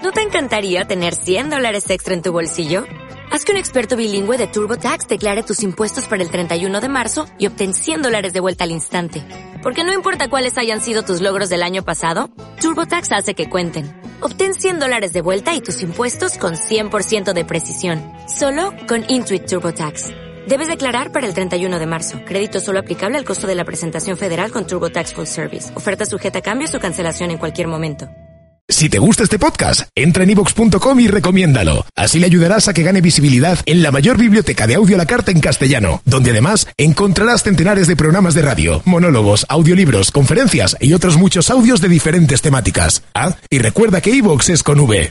¿No te encantaría tener $100 extra en tu bolsillo? Haz que un experto bilingüe de TurboTax declare tus impuestos para el 31 de marzo y obtén $100 de vuelta al instante. Porque no importa cuáles hayan sido tus logros del año pasado, TurboTax hace que cuenten. Obtén $100 de vuelta y tus impuestos con 100% de precisión. Solo con Intuit TurboTax. Debes declarar para el 31 de marzo. Crédito solo aplicable al costo de la presentación federal con TurboTax Full Service. Oferta sujeta a cambios o cancelación en cualquier momento. Si te gusta este podcast, entra en iVoox.com y recomiéndalo. Así le ayudarás a que gane visibilidad en la mayor biblioteca de audio a la carta en castellano, donde además encontrarás centenares de programas de radio, monólogos, audiolibros, conferencias y otros muchos audios de diferentes temáticas. Ah, y recuerda que iVoox es con V.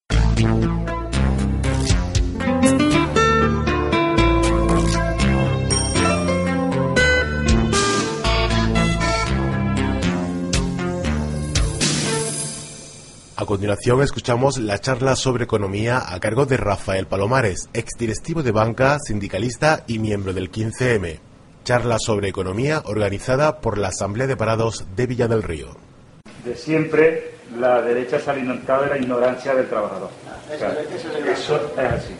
A continuación escuchamos la charla sobre economía a cargo de Rafael Palomares, exdirectivo de banca, sindicalista y miembro del 15M. Charla sobre economía organizada por la Asamblea de Parados de Villa del Río. De siempre la derecha se ha alimentado de la ignorancia del trabajador. Eso es así.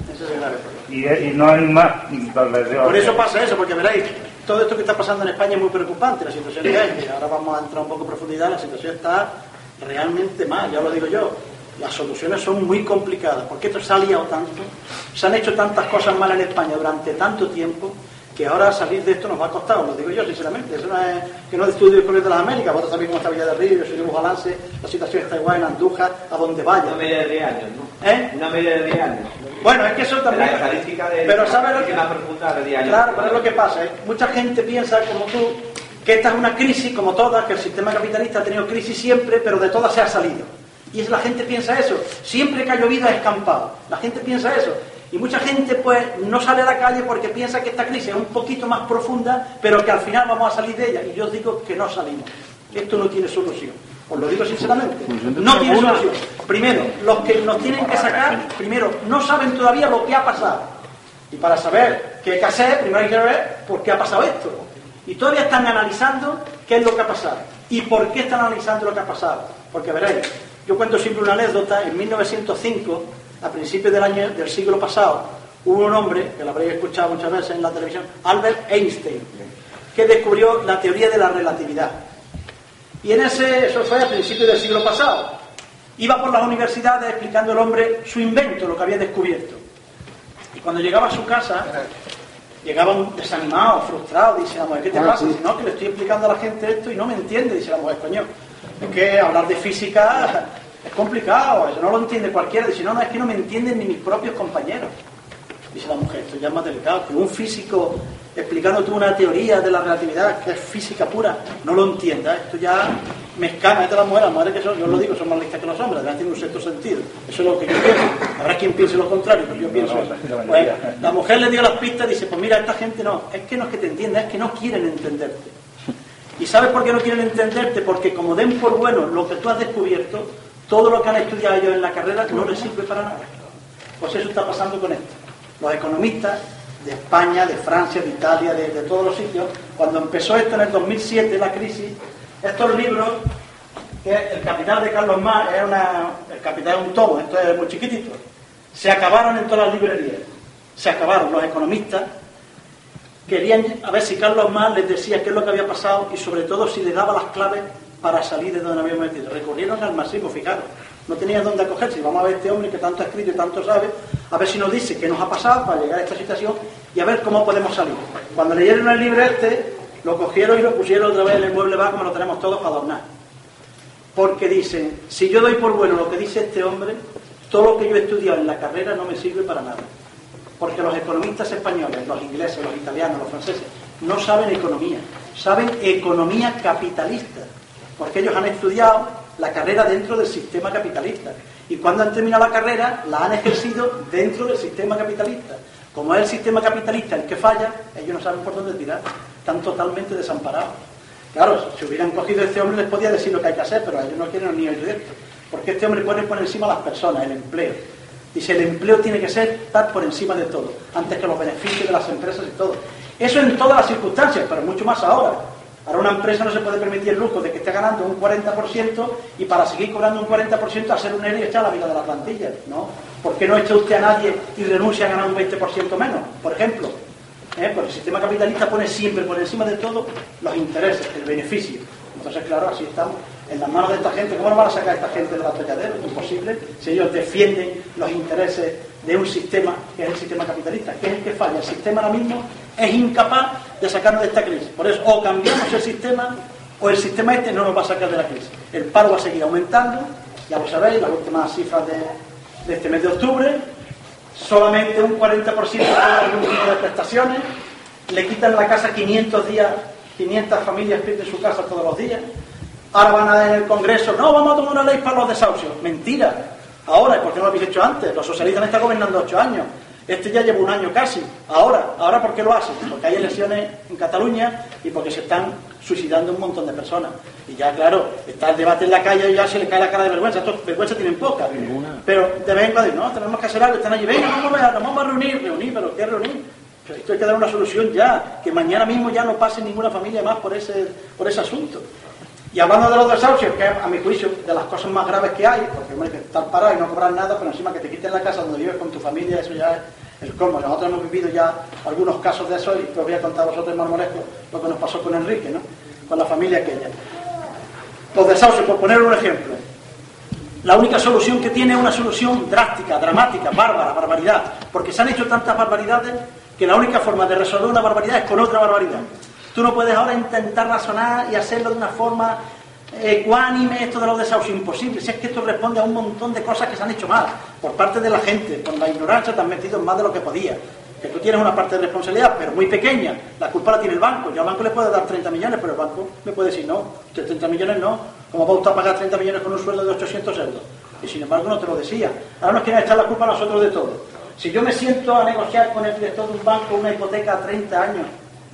Y no hay más. Por eso pasa eso, porque veréis, todo esto que está pasando en España es muy preocupante, la situación que hay, ahora vamos a entrar un poco en profundidad, la situación está realmente mal, ya lo digo yo. Las soluciones son muy complicadas, porque esto se ha liado tanto, se han hecho tantas cosas malas en España durante tanto tiempo, que ahora salir de esto nos va a costar, os lo digo yo sinceramente. Eso no es que no estudio el Colegio de las Américas, vosotros sabéis cómo está Villa del Río, yo soy de Bujalance, la situación está igual en Andújar, a donde vaya. Una media de 10 años, ¿no? Una media de 10 años. Bueno, es que eso también... La estadística de... Pero ¿sabes lo que... Una profunda de 10 años. Claro, pero es lo que pasa, mucha gente piensa, como tú, que esta es una crisis, como todas, que el sistema capitalista ha tenido crisis siempre, pero de todas se ha salido. Y la gente piensa eso. Siempre que ha llovido ha escampado. La gente piensa eso. Y mucha gente, pues, no sale a la calle porque piensa que esta crisis es un poquito más profunda, pero que al final vamos a salir de ella. Y yo os digo que no salimos. Esto no tiene solución. Os lo digo sinceramente. No tiene solución. Primero, los que nos tienen que sacar, primero, no saben todavía lo que ha pasado. Y para saber qué hay que hacer, primero hay que ver por qué ha pasado esto. Y todavía están analizando qué es lo que ha pasado. ¿Y por qué están analizando lo que ha pasado? Porque veréis, yo cuento siempre una anécdota. En 1905, a principios del siglo pasado, hubo un hombre, que lo habréis escuchado muchas veces en la televisión, Albert Einstein, que descubrió la teoría de la relatividad. Y eso fue a principios del siglo pasado. Iba por las universidades explicando el hombre su invento, lo que había descubierto. Y cuando llegaba a su casa... Llegaban desanimados, frustrados, dice la mujer, ¿qué te pasa? Dice, no, que le estoy explicando a la gente esto y no me entiende, dice la mujer, coño. Es que hablar de física es complicado, eso no lo entiende cualquiera. Dice, no, es que no me entienden ni mis propios compañeros. Dice la mujer, esto ya es más delicado, que un físico explicándote una teoría de la relatividad, que es física pura, no lo entienda, esto ya me escama. Esta es la mujer que son, yo lo digo, son más listas que los hombres, además tiene un sexto sentido. Eso es lo que yo pienso. Habrá quien piense lo contrario, pero yo pienso eso. Pues, la mujer le dio las pistas y dice, pues mira, esta gente no es que te entienda, es que no quieren entenderte. ¿Y sabes por qué no quieren entenderte? Porque como den por bueno lo que tú has descubierto, todo lo que han estudiado ellos en la carrera no les sirve para nada. Pues eso está pasando con esto. Los economistas de España, de Francia, de Italia, de todos los sitios, cuando empezó esto en el 2007, la crisis, estos libros, que El Capital de Carlos Marx, el Capital es un tomo, esto es muy chiquitito, se acabaron en todas las librerías, se acabaron. Los economistas querían a ver si Carlos Marx les decía qué es lo que había pasado y sobre todo si les daba las claves para salir de donde habíamos metido. Recurrieron al marxismo, fijaros, no tenían dónde acogerse. Vamos a ver este hombre que tanto ha escrito y tanto sabe, a ver si nos dice qué nos ha pasado para llegar a esta situación y a ver cómo podemos salir. Cuando leyeron el libro lo cogieron y lo pusieron otra vez en el mueble bar, como lo tenemos todos para adornar. Porque dicen, si yo doy por bueno lo que dice este hombre, todo lo que yo he estudiado en la carrera no me sirve para nada. Porque los economistas españoles, los ingleses, los italianos, los franceses, no saben economía, saben economía capitalista. Porque ellos han estudiado la carrera dentro del sistema capitalista. Y cuando han terminado la carrera, la han ejercido dentro del sistema capitalista. Como es el sistema capitalista el que falla, ellos no saben por dónde tirar. Están totalmente desamparados. Claro, si hubieran cogido a este hombre les podía decir lo que hay que hacer, pero ellos no quieren ni oír de esto. Porque este hombre pone por encima a las personas, el empleo. Dice, el empleo tiene que estar por encima de todo, antes que los beneficios de las empresas y todo. Eso en todas las circunstancias, pero mucho más ahora. Ahora una empresa no se puede permitir el lujo de que esté ganando un 40% y para seguir cobrando un 40% hacer un ERE y echar la vida de la plantilla, ¿no? ¿Por qué no echa usted a nadie y renuncia a ganar un 20% menos, por ejemplo? Pues el sistema capitalista pone siempre por encima de todo los intereses, el beneficio. Entonces, claro, así estamos en las manos de esta gente. ¿Cómo lo van a sacar esta gente del atolladero? Imposible, si ellos defienden los intereses de un sistema que es el sistema capitalista, que es el que falla. El sistema ahora mismo es incapaz de sacarnos de esta crisis. Por eso, o cambiamos el sistema, o el sistema este no nos va a sacar de la crisis. El paro va a seguir aumentando, ya lo sabéis, las últimas cifras de este mes de octubre, solamente un 40% paga algún tipo de prestaciones, le quitan la casa 500 días, 500 familias pierden su casa todos los días. Ahora van a dar en el Congreso, no, vamos a tomar una ley para los desahucios. Mentira. Ahora, ¿por qué no lo habéis hecho antes? Los socialistas han estado gobernando 8 años. Este ya lleva un año casi. Ahora ¿por qué lo hacen? Porque hay elecciones en Cataluña y porque se están suicidando un montón de personas. Y ya, claro, está el debate en la calle y ya se le cae la cara de vergüenza. Estos vergüenza tienen poca. Pero de vez en cuando, no, tenemos que hacer algo. Están allí, venga, vamos a reunir, pero ¿qué reunir? Pero esto hay que dar una solución ya. Que mañana mismo ya no pase ninguna familia más por ese asunto. Y hablando de los desahucios, que a mi juicio de las cosas más graves que hay, porque hombre, que estar parado y no cobrar nada, pero encima que te quiten la casa donde vives con tu familia, eso ya es el colmo. Nosotros hemos vivido ya algunos casos de eso y os voy a contar a vosotros en Marmolejo lo que nos pasó con Enrique, ¿no? Con la familia aquella. Los desahucios, por poner un ejemplo, la única solución que tiene es una solución drástica, dramática, barbaridad, porque se han hecho tantas barbaridades que la única forma de resolver una barbaridad es con otra barbaridad. Tú no puedes ahora intentar razonar y hacerlo de una forma ecuánime, esto de los desahucios, imposible. Si es que esto responde a un montón de cosas que se han hecho mal por parte de la gente. Con la ignorancia te han metido en más de lo que podía. Que tú tienes una parte de responsabilidad, pero muy pequeña. La culpa la tiene el banco. Yo al banco le puedo dar 30 millones, pero el banco me puede decir, no, usted 30 millones no. ¿Cómo va usted a pagar 30 millones con un sueldo de 800 euros? Y sin embargo no te lo decía. Ahora nos quieren echar la culpa a nosotros de todo. Si yo me siento a negociar con el director de un banco una hipoteca a 30 años,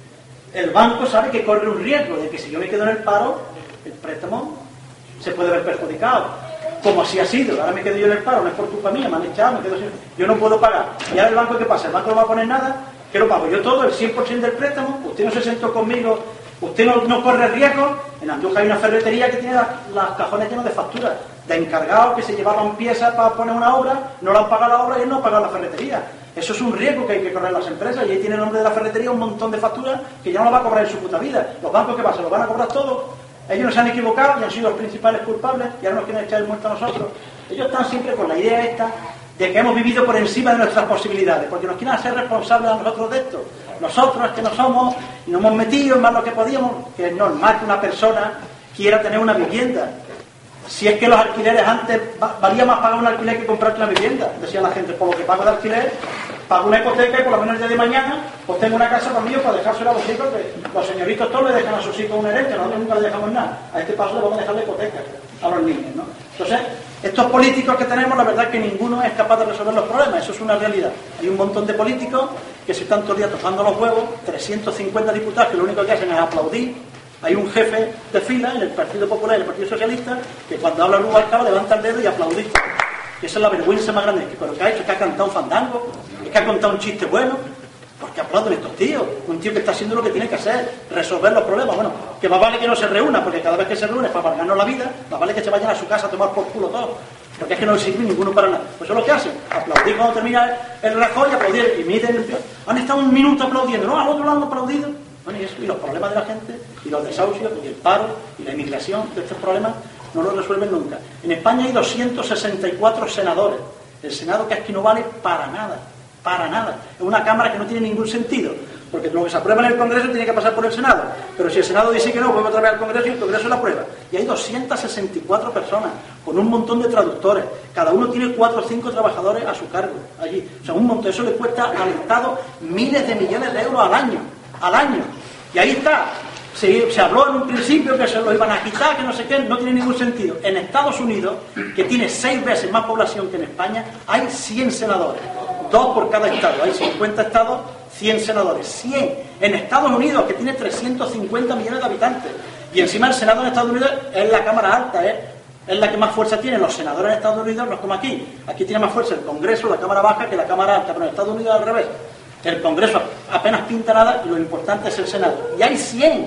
el banco sabe que corre un riesgo de que si yo me quedo en el paro, el préstamo se puede ver perjudicado. Como así ha sido. Ahora me quedo yo en el paro, no es por culpa mía, me han echado, me quedo sin... Yo no puedo pagar. ¿Y ahora el banco qué pasa? ¿El banco no va a poner nada? ¿Qué lo pago? Yo todo, el 100% del préstamo. Usted no se sentó conmigo, usted no corre riesgo. En Andújar hay una ferretería que tiene las cajones llenos de facturas de encargados que se llevaban piezas para poner una obra, no le han pagado la obra y él no ha pagado la ferretería. Eso es un riesgo que hay que correr las empresas y ahí tiene el nombre de la ferretería un montón de facturas que ya no lo va a cobrar en su puta vida. Los bancos, ¿qué pasa? ¿Lo van a cobrar todo? Ellos no se han equivocado y han sido los principales culpables y ahora nos quieren echar el muerto a nosotros. Ellos están siempre con la idea esta de que hemos vivido por encima de nuestras posibilidades, porque nos quieren hacer responsables a nosotros de esto. Nosotros es que no somos y nos hemos metido en más lo que podíamos, que es normal que una persona quiera tener una vivienda. Si es que los alquileres antes valía más pagar un alquiler que comprarte una vivienda, decía la gente, por lo que pago de alquiler, pago una hipoteca y por lo menos el día de mañana pues tengo una casa conmigo para dejársela a los hijos, que los señoritos todos le dejan a sus hijos una herencia, nosotros nunca le dejamos nada, a este paso le vamos a dejar la hipoteca a los niños, ¿no? Entonces, estos políticos que tenemos, la verdad es que ninguno es capaz de resolver los problemas, eso es una realidad. Hay un montón de políticos que se están todo el día tocando los huevos, 350 diputados que lo único que hacen es aplaudir. Hay un jefe de fila en el Partido Popular y el Partido Socialista que cuando habla Rubalcaba levanta el dedo y aplaudir. Y esa es la vergüenza más grande. Que lo que ha hecho es que ha cantado un fandango, es que ha contado un chiste bueno. Porque aplauden estos tíos. Un tío que está haciendo lo que tiene que hacer, resolver los problemas. Bueno, que más vale que no se reúna, porque cada vez que se reúne es para amargarnos la vida, más vale que se vayan a su casa a tomar por culo todo. Porque es que no sirve ninguno para nada. Pues eso es lo que hacen. Aplaudir cuando termina el Rajoy y aplaudir. Y miren, han estado un minuto aplaudiendo. No, al otro lado han aplaudido. Bueno, y los problemas de la gente, y los desahucios, y el paro, y la inmigración, de estos problemas no los resuelven nunca. En España hay 264 senadores. El Senado que es que no vale para nada. Es una Cámara que no tiene ningún sentido, porque lo que se aprueba en el Congreso tiene que pasar por el Senado. Pero si el Senado dice que no, vuelve otra vez al Congreso y el Congreso lo aprueba. Y hay 264 personas, con un montón de traductores. Cada uno tiene 4 o 5 trabajadores a su cargo allí. O sea, un montón. Eso le cuesta al Estado miles de millones de euros al año. Y ahí está. Se habló en un principio que se lo iban a quitar, que no sé qué, no tiene ningún sentido. En Estados Unidos, que tiene 6 veces más población que en España, hay 100 senadores. 2 por cada estado. Hay 50 estados, 100 senadores. 100. En Estados Unidos, que tiene 350 millones de habitantes. Y encima el Senado en Estados Unidos es la Cámara Alta, es la que más fuerza tiene. Los senadores en Estados Unidos no es como aquí. Aquí tiene más fuerza el Congreso, la Cámara Baja, que la Cámara Alta. Pero en Estados Unidos al revés. El Congreso apenas pinta nada y lo importante es el Senado. Y hay 100.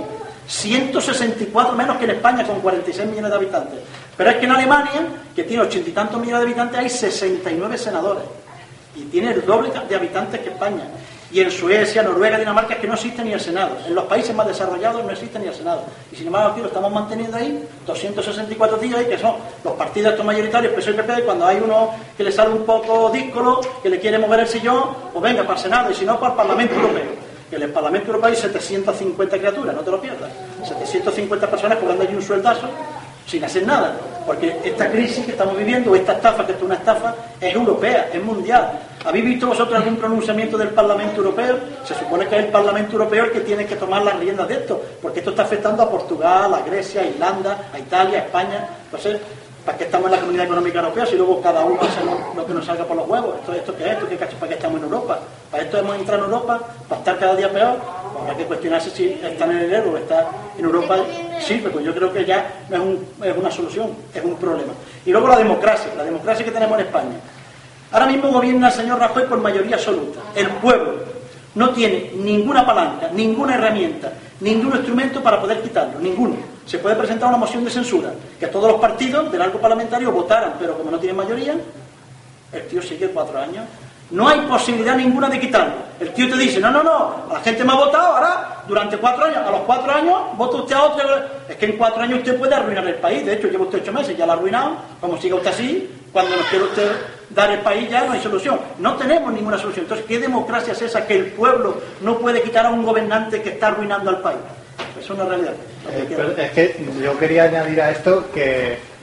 164 menos que en España, con 46 millones de habitantes. Pero es que en Alemania, que tiene 80 y tantos millones de habitantes, hay 69 senadores. Y tiene el doble de habitantes que España. Y en Suecia, Noruega, Dinamarca, es que no existe ni el Senado. En los países más desarrollados no existe ni el Senado. Y sin embargo aquí lo estamos manteniendo ahí, 264 tíos ahí, que son los partidos estos mayoritarios, PSOE y PP, y cuando hay uno que le sale un poco díscolo, que le quiere mover el sillón, pues venga para el Senado, y si no, para el Parlamento Europeo. Que en el Parlamento Europeo hay 750 criaturas, no te lo pierdas. 750 personas cobrando allí un sueldazo, sin hacer nada. Porque esta crisis que estamos viviendo, esta estafa, que esto es una estafa, es europea, es mundial. ¿Habéis visto vosotros algún pronunciamiento del Parlamento Europeo? Se supone que es el Parlamento Europeo el que tiene que tomar las riendas de esto, porque esto está afectando a Portugal, a Grecia, a Irlanda, a Italia, a España. Entonces, ¿para qué estamos en la Comunidad Económica Europea si luego cada uno hacemos lo que nos salga por los huevos? ¿Esto qué es? ¿Para qué estamos en Europa? ¿Para esto hemos entrado en Europa? ¿Para estar cada día peor? Pues hay que cuestionarse si estar en el euro o estar en Europa sirve, pues yo creo que ya no es una solución, es un problema. Y luego la democracia que tenemos en España. Ahora mismo gobierna el señor Rajoy por mayoría absoluta. El pueblo no tiene ninguna palanca, ninguna herramienta, ningún instrumento para poder quitarlo, ninguno. Se puede presentar una moción de censura, que todos los partidos del arco parlamentario votaran, pero como no tienen mayoría, el tío sigue 4 años. No hay posibilidad ninguna de quitarlo. El tío te dice, no, la gente me ha votado, ahora, durante 4 años, a los 4 años, vota usted a otro. Es que en 4 años usted puede arruinar el país. De hecho, lleva usted 8 meses, ya lo ha arruinado. Como siga usted así, cuando nos quiere usted dar el país, ya no hay solución. No tenemos ninguna solución. Entonces, ¿qué democracia es esa que el pueblo no puede quitar a un gobernante que está arruinando al país? Es una realidad. Pero es que yo quería añadir a esto que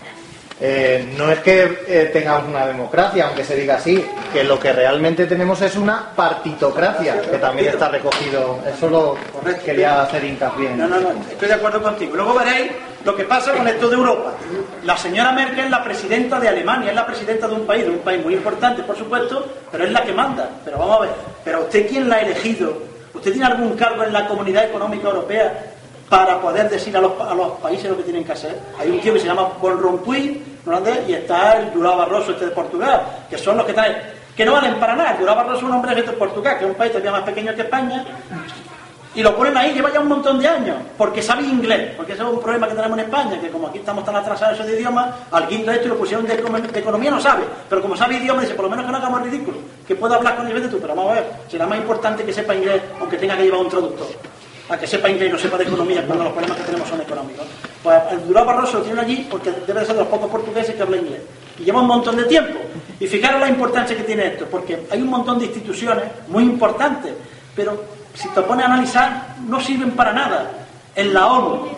no es que tengamos una democracia, aunque se diga así, que lo que realmente tenemos es una partitocracia, que también está recogido. Eso lo quería hacer hincapié. No, estoy de acuerdo contigo. Luego veréis lo que pasa con esto de Europa. La señora Merkel es la presidenta de Alemania, es la presidenta de un país muy importante, por supuesto, pero es la que manda. Pero vamos a ver, ¿pero usted quién la ha elegido? ¿Usted tiene algún cargo en la Comunidad Económica Europea para poder decir a los países lo que tienen que hacer? Hay un tío que se llama Van Rompuy, ¿no? Y está el Durão Barroso de Portugal, que son los que están, que no valen para nada. Durão Barroso es un hombre de Portugal, que es un país todavía más pequeño que España, y lo ponen ahí, lleva ya un montón de años, porque sabe inglés, porque ese es un problema que tenemos en España, que como aquí estamos tan atrasados de idiomas, al guindo esto y lo pusieron de economía no sabe, pero como sabe idioma dice, por lo menos que no hagamos ridículo, que pueda hablar con nivel de tú, pero vamos a ver, será más importante que sepa inglés, aunque tenga que llevar un traductor, a que sepa inglés y no sepa de economía, cuando los problemas que tenemos son económicos. Pues el Durão Barroso lo tienen allí porque debe ser de los pocos portugueses que hablan inglés, y lleva un montón de tiempo, y fijaros la importancia que tiene esto, porque hay un montón de instituciones muy importantes, pero si te pones a analizar, no sirven para nada. En la ONU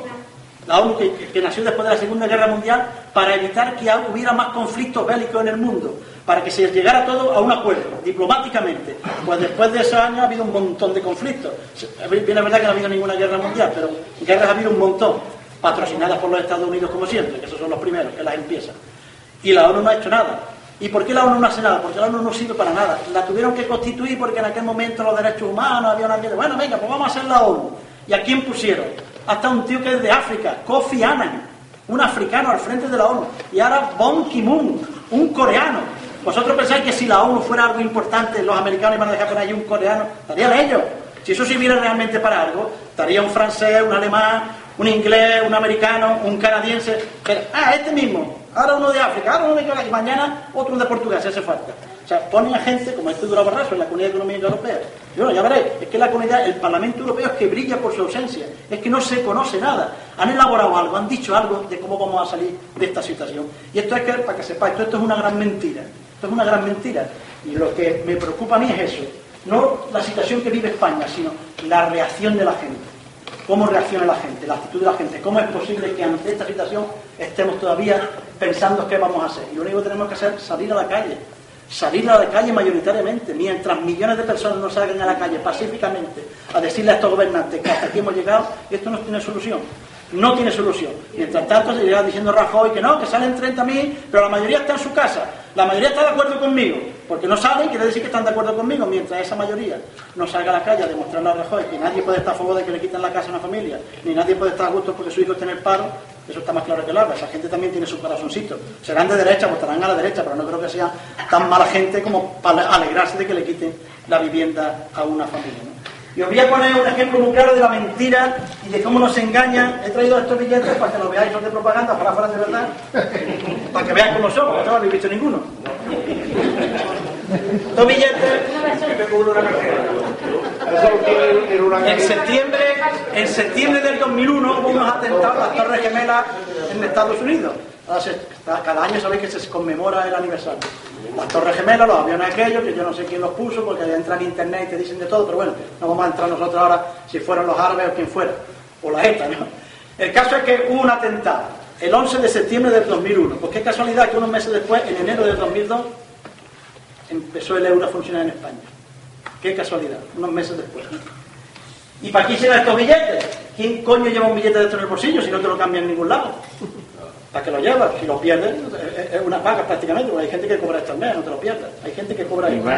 que nació después de la Segunda Guerra Mundial para evitar que hubiera más conflictos bélicos en el mundo, para que se llegara todo a un acuerdo, diplomáticamente. Pues después de esos años ha habido un montón de conflictos. Bien, es verdad que no ha habido ninguna guerra mundial, pero guerras ha habido un montón, patrocinadas por los Estados Unidos como siempre, que esos son los primeros que las empiezan. Y la ONU no ha hecho nada. ¿Y por qué la ONU no hace nada? Porque la ONU no sirve para nada. La tuvieron que constituir porque en aquel momento los derechos humanos había una mierda. Bueno, venga, pues vamos a hacer la ONU. ¿Y a quién pusieron? Hasta un tío que es de África, Kofi Annan, un africano al frente de la ONU. Y ahora Ban Ki-moon, un coreano. ¿Vosotros pensáis que si la ONU fuera algo importante, los americanos iban a dejar poner allí un coreano? Estarían ellos. Si eso sirviera realmente para algo, estaría un francés, un alemán, un inglés, un americano, un canadiense. Pero, este mismo. Ahora uno de África, ahora uno de Corea, y mañana otro de Portugal, si hace falta. O sea, ponen a gente como este Durão Barroso en la Comunidad Económica Europea. Y bueno, ya veréis, es que la comunidad, el Parlamento Europeo es que brilla por su ausencia, es que no se conoce nada. Han elaborado algo, han dicho algo de cómo vamos a salir de esta situación. Y esto es que, para que sepáis, esto es una gran mentira. Esto es una gran mentira. Y lo que me preocupa a mí es eso. No la situación que vive España, sino la reacción de la gente. ¿Cómo reacciona la gente? La actitud de la gente. ¿Cómo es posible que ante esta situación estemos todavía pensando qué vamos a hacer? Y lo único que tenemos que hacer es salir a la calle. Salir a la calle mayoritariamente. Mientras millones de personas no salgan a la calle pacíficamente a decirle a estos gobernantes que hasta aquí hemos llegado, esto no tiene solución. No tiene solución. Mientras tanto se llega diciendo Rajoy que no, que salen 30.000, pero la mayoría está en su casa. La mayoría está de acuerdo conmigo, porque no salen, quiere decir que están de acuerdo conmigo, mientras esa mayoría no salga a la calle a demostrarle a Rajoy que nadie puede estar a favor de que le quiten la casa a una familia, ni nadie puede estar a gusto porque su hijo esté en el paro, eso está más claro que el agua. Esa gente también tiene su corazoncito. Serán de derecha, votarán a la derecha, pero no creo que sean tan mala gente como para alegrarse de que le quiten la vivienda a una familia, ¿no? Y os voy a poner un ejemplo muy claro de la mentira y de cómo nos engañan. He traído estos billetes para que los veáis, son de propaganda, ojalá fueran de verdad, para que veáis cómo son, porque no habéis visto ninguno. Estos billetes, en septiembre del 2001 hubo unos atentados a las Torres Gemelas en Estados Unidos. Cada año sabéis que se conmemora el aniversario. Las Torres Gemelas, los aviones aquellos, que yo no sé quién los puso, porque entran en internet y te dicen de todo, pero bueno, no vamos a entrar nosotros ahora si fueran los árabes o quien fuera, o la ETA, ¿no? El caso es que hubo un atentado, el 11 de septiembre del 2001. Pues qué casualidad que unos meses después, en enero del 2002, empezó el euro a funcionar en España. Qué casualidad, unos meses después. ¿Y para qué hicieron estos billetes? ¿Quién coño lleva un billete de esto en el bolsillo si no te lo cambian en ningún lado? ¿Para qué lo llevas? Si lo pierdes, es una paga prácticamente, porque hay gente que cobra esto al mes, no te lo pierdas. Hay gente que cobra esto.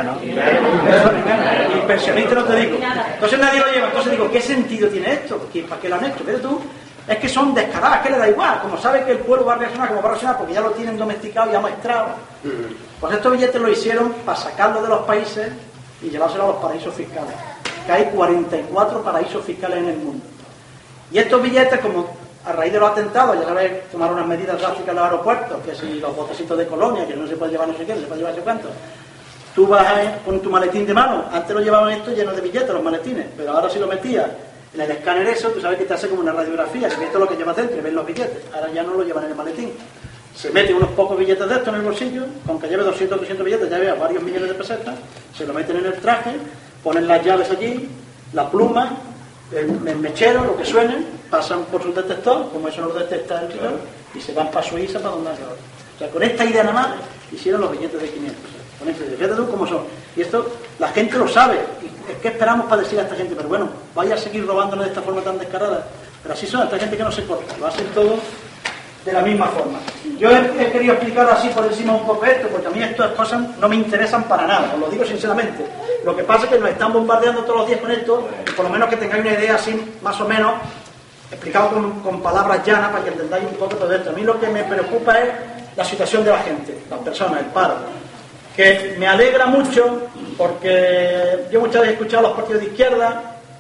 Y pensionista no te digo. Entonces nadie lo lleva. Entonces digo, ¿qué sentido tiene esto? ¿Para qué lo han hecho? Pero tú, es que son descaradas, que le da igual. Como sabe que el pueblo va a reaccionar, como va a reaccionar, porque ya lo tienen domesticado y amaestrado. Pues estos billetes lo hicieron para sacarlo de los países y llevárselo a los paraísos fiscales. Que hay 44 paraísos fiscales en el mundo. Y estos billetes, como a raíz de los atentados, ya sabéis, tomaron unas medidas drásticas en los aeropuertos, que si los botecitos de colonia, que no se puede llevar no sé qué, no se puede llevar no sé cuánto. Tú vas con tu maletín de mano, antes lo llevaban esto lleno de billetes, los maletines, pero ahora si lo metías en el escáner eso, tú sabes que te hace como una radiografía, que ves todo lo que llevas dentro y ves los billetes. Ahora ya no lo llevan en el maletín. Se mete unos pocos billetes de estos en el bolsillo, aunque lleve 200 o 300 billetes, ya vea varios millones de pesetas, se lo meten en el traje, ponen las llaves allí, la pluma, el mechero, lo que suene, pasan por su detector, como eso no lo detecta el tiro, y se van para Suiza, para donde haga. O sea, con esta idea nada más hicieron los billetes de 500. Con esta idea, fíjate tú cómo son. Y esto la gente lo sabe. ¿Y qué esperamos para decir a esta gente? Pero bueno, vaya a seguir robándonos de esta forma tan descarada. Pero así son, esta gente que no se corta, lo hacen todo de la misma forma. Yo he querido explicar así por encima un poco esto, porque a mí estas cosas no me interesan para nada, os lo digo sinceramente. Lo que pasa es que nos están bombardeando todos los días con esto, y por lo menos que tengáis una idea así, más o menos, explicado con palabras llanas para que entendáis un poco todo esto. A mí lo que me preocupa es la situación de la gente, las personas, el paro. Que me alegra mucho, porque yo muchas veces he escuchado a los partidos de izquierda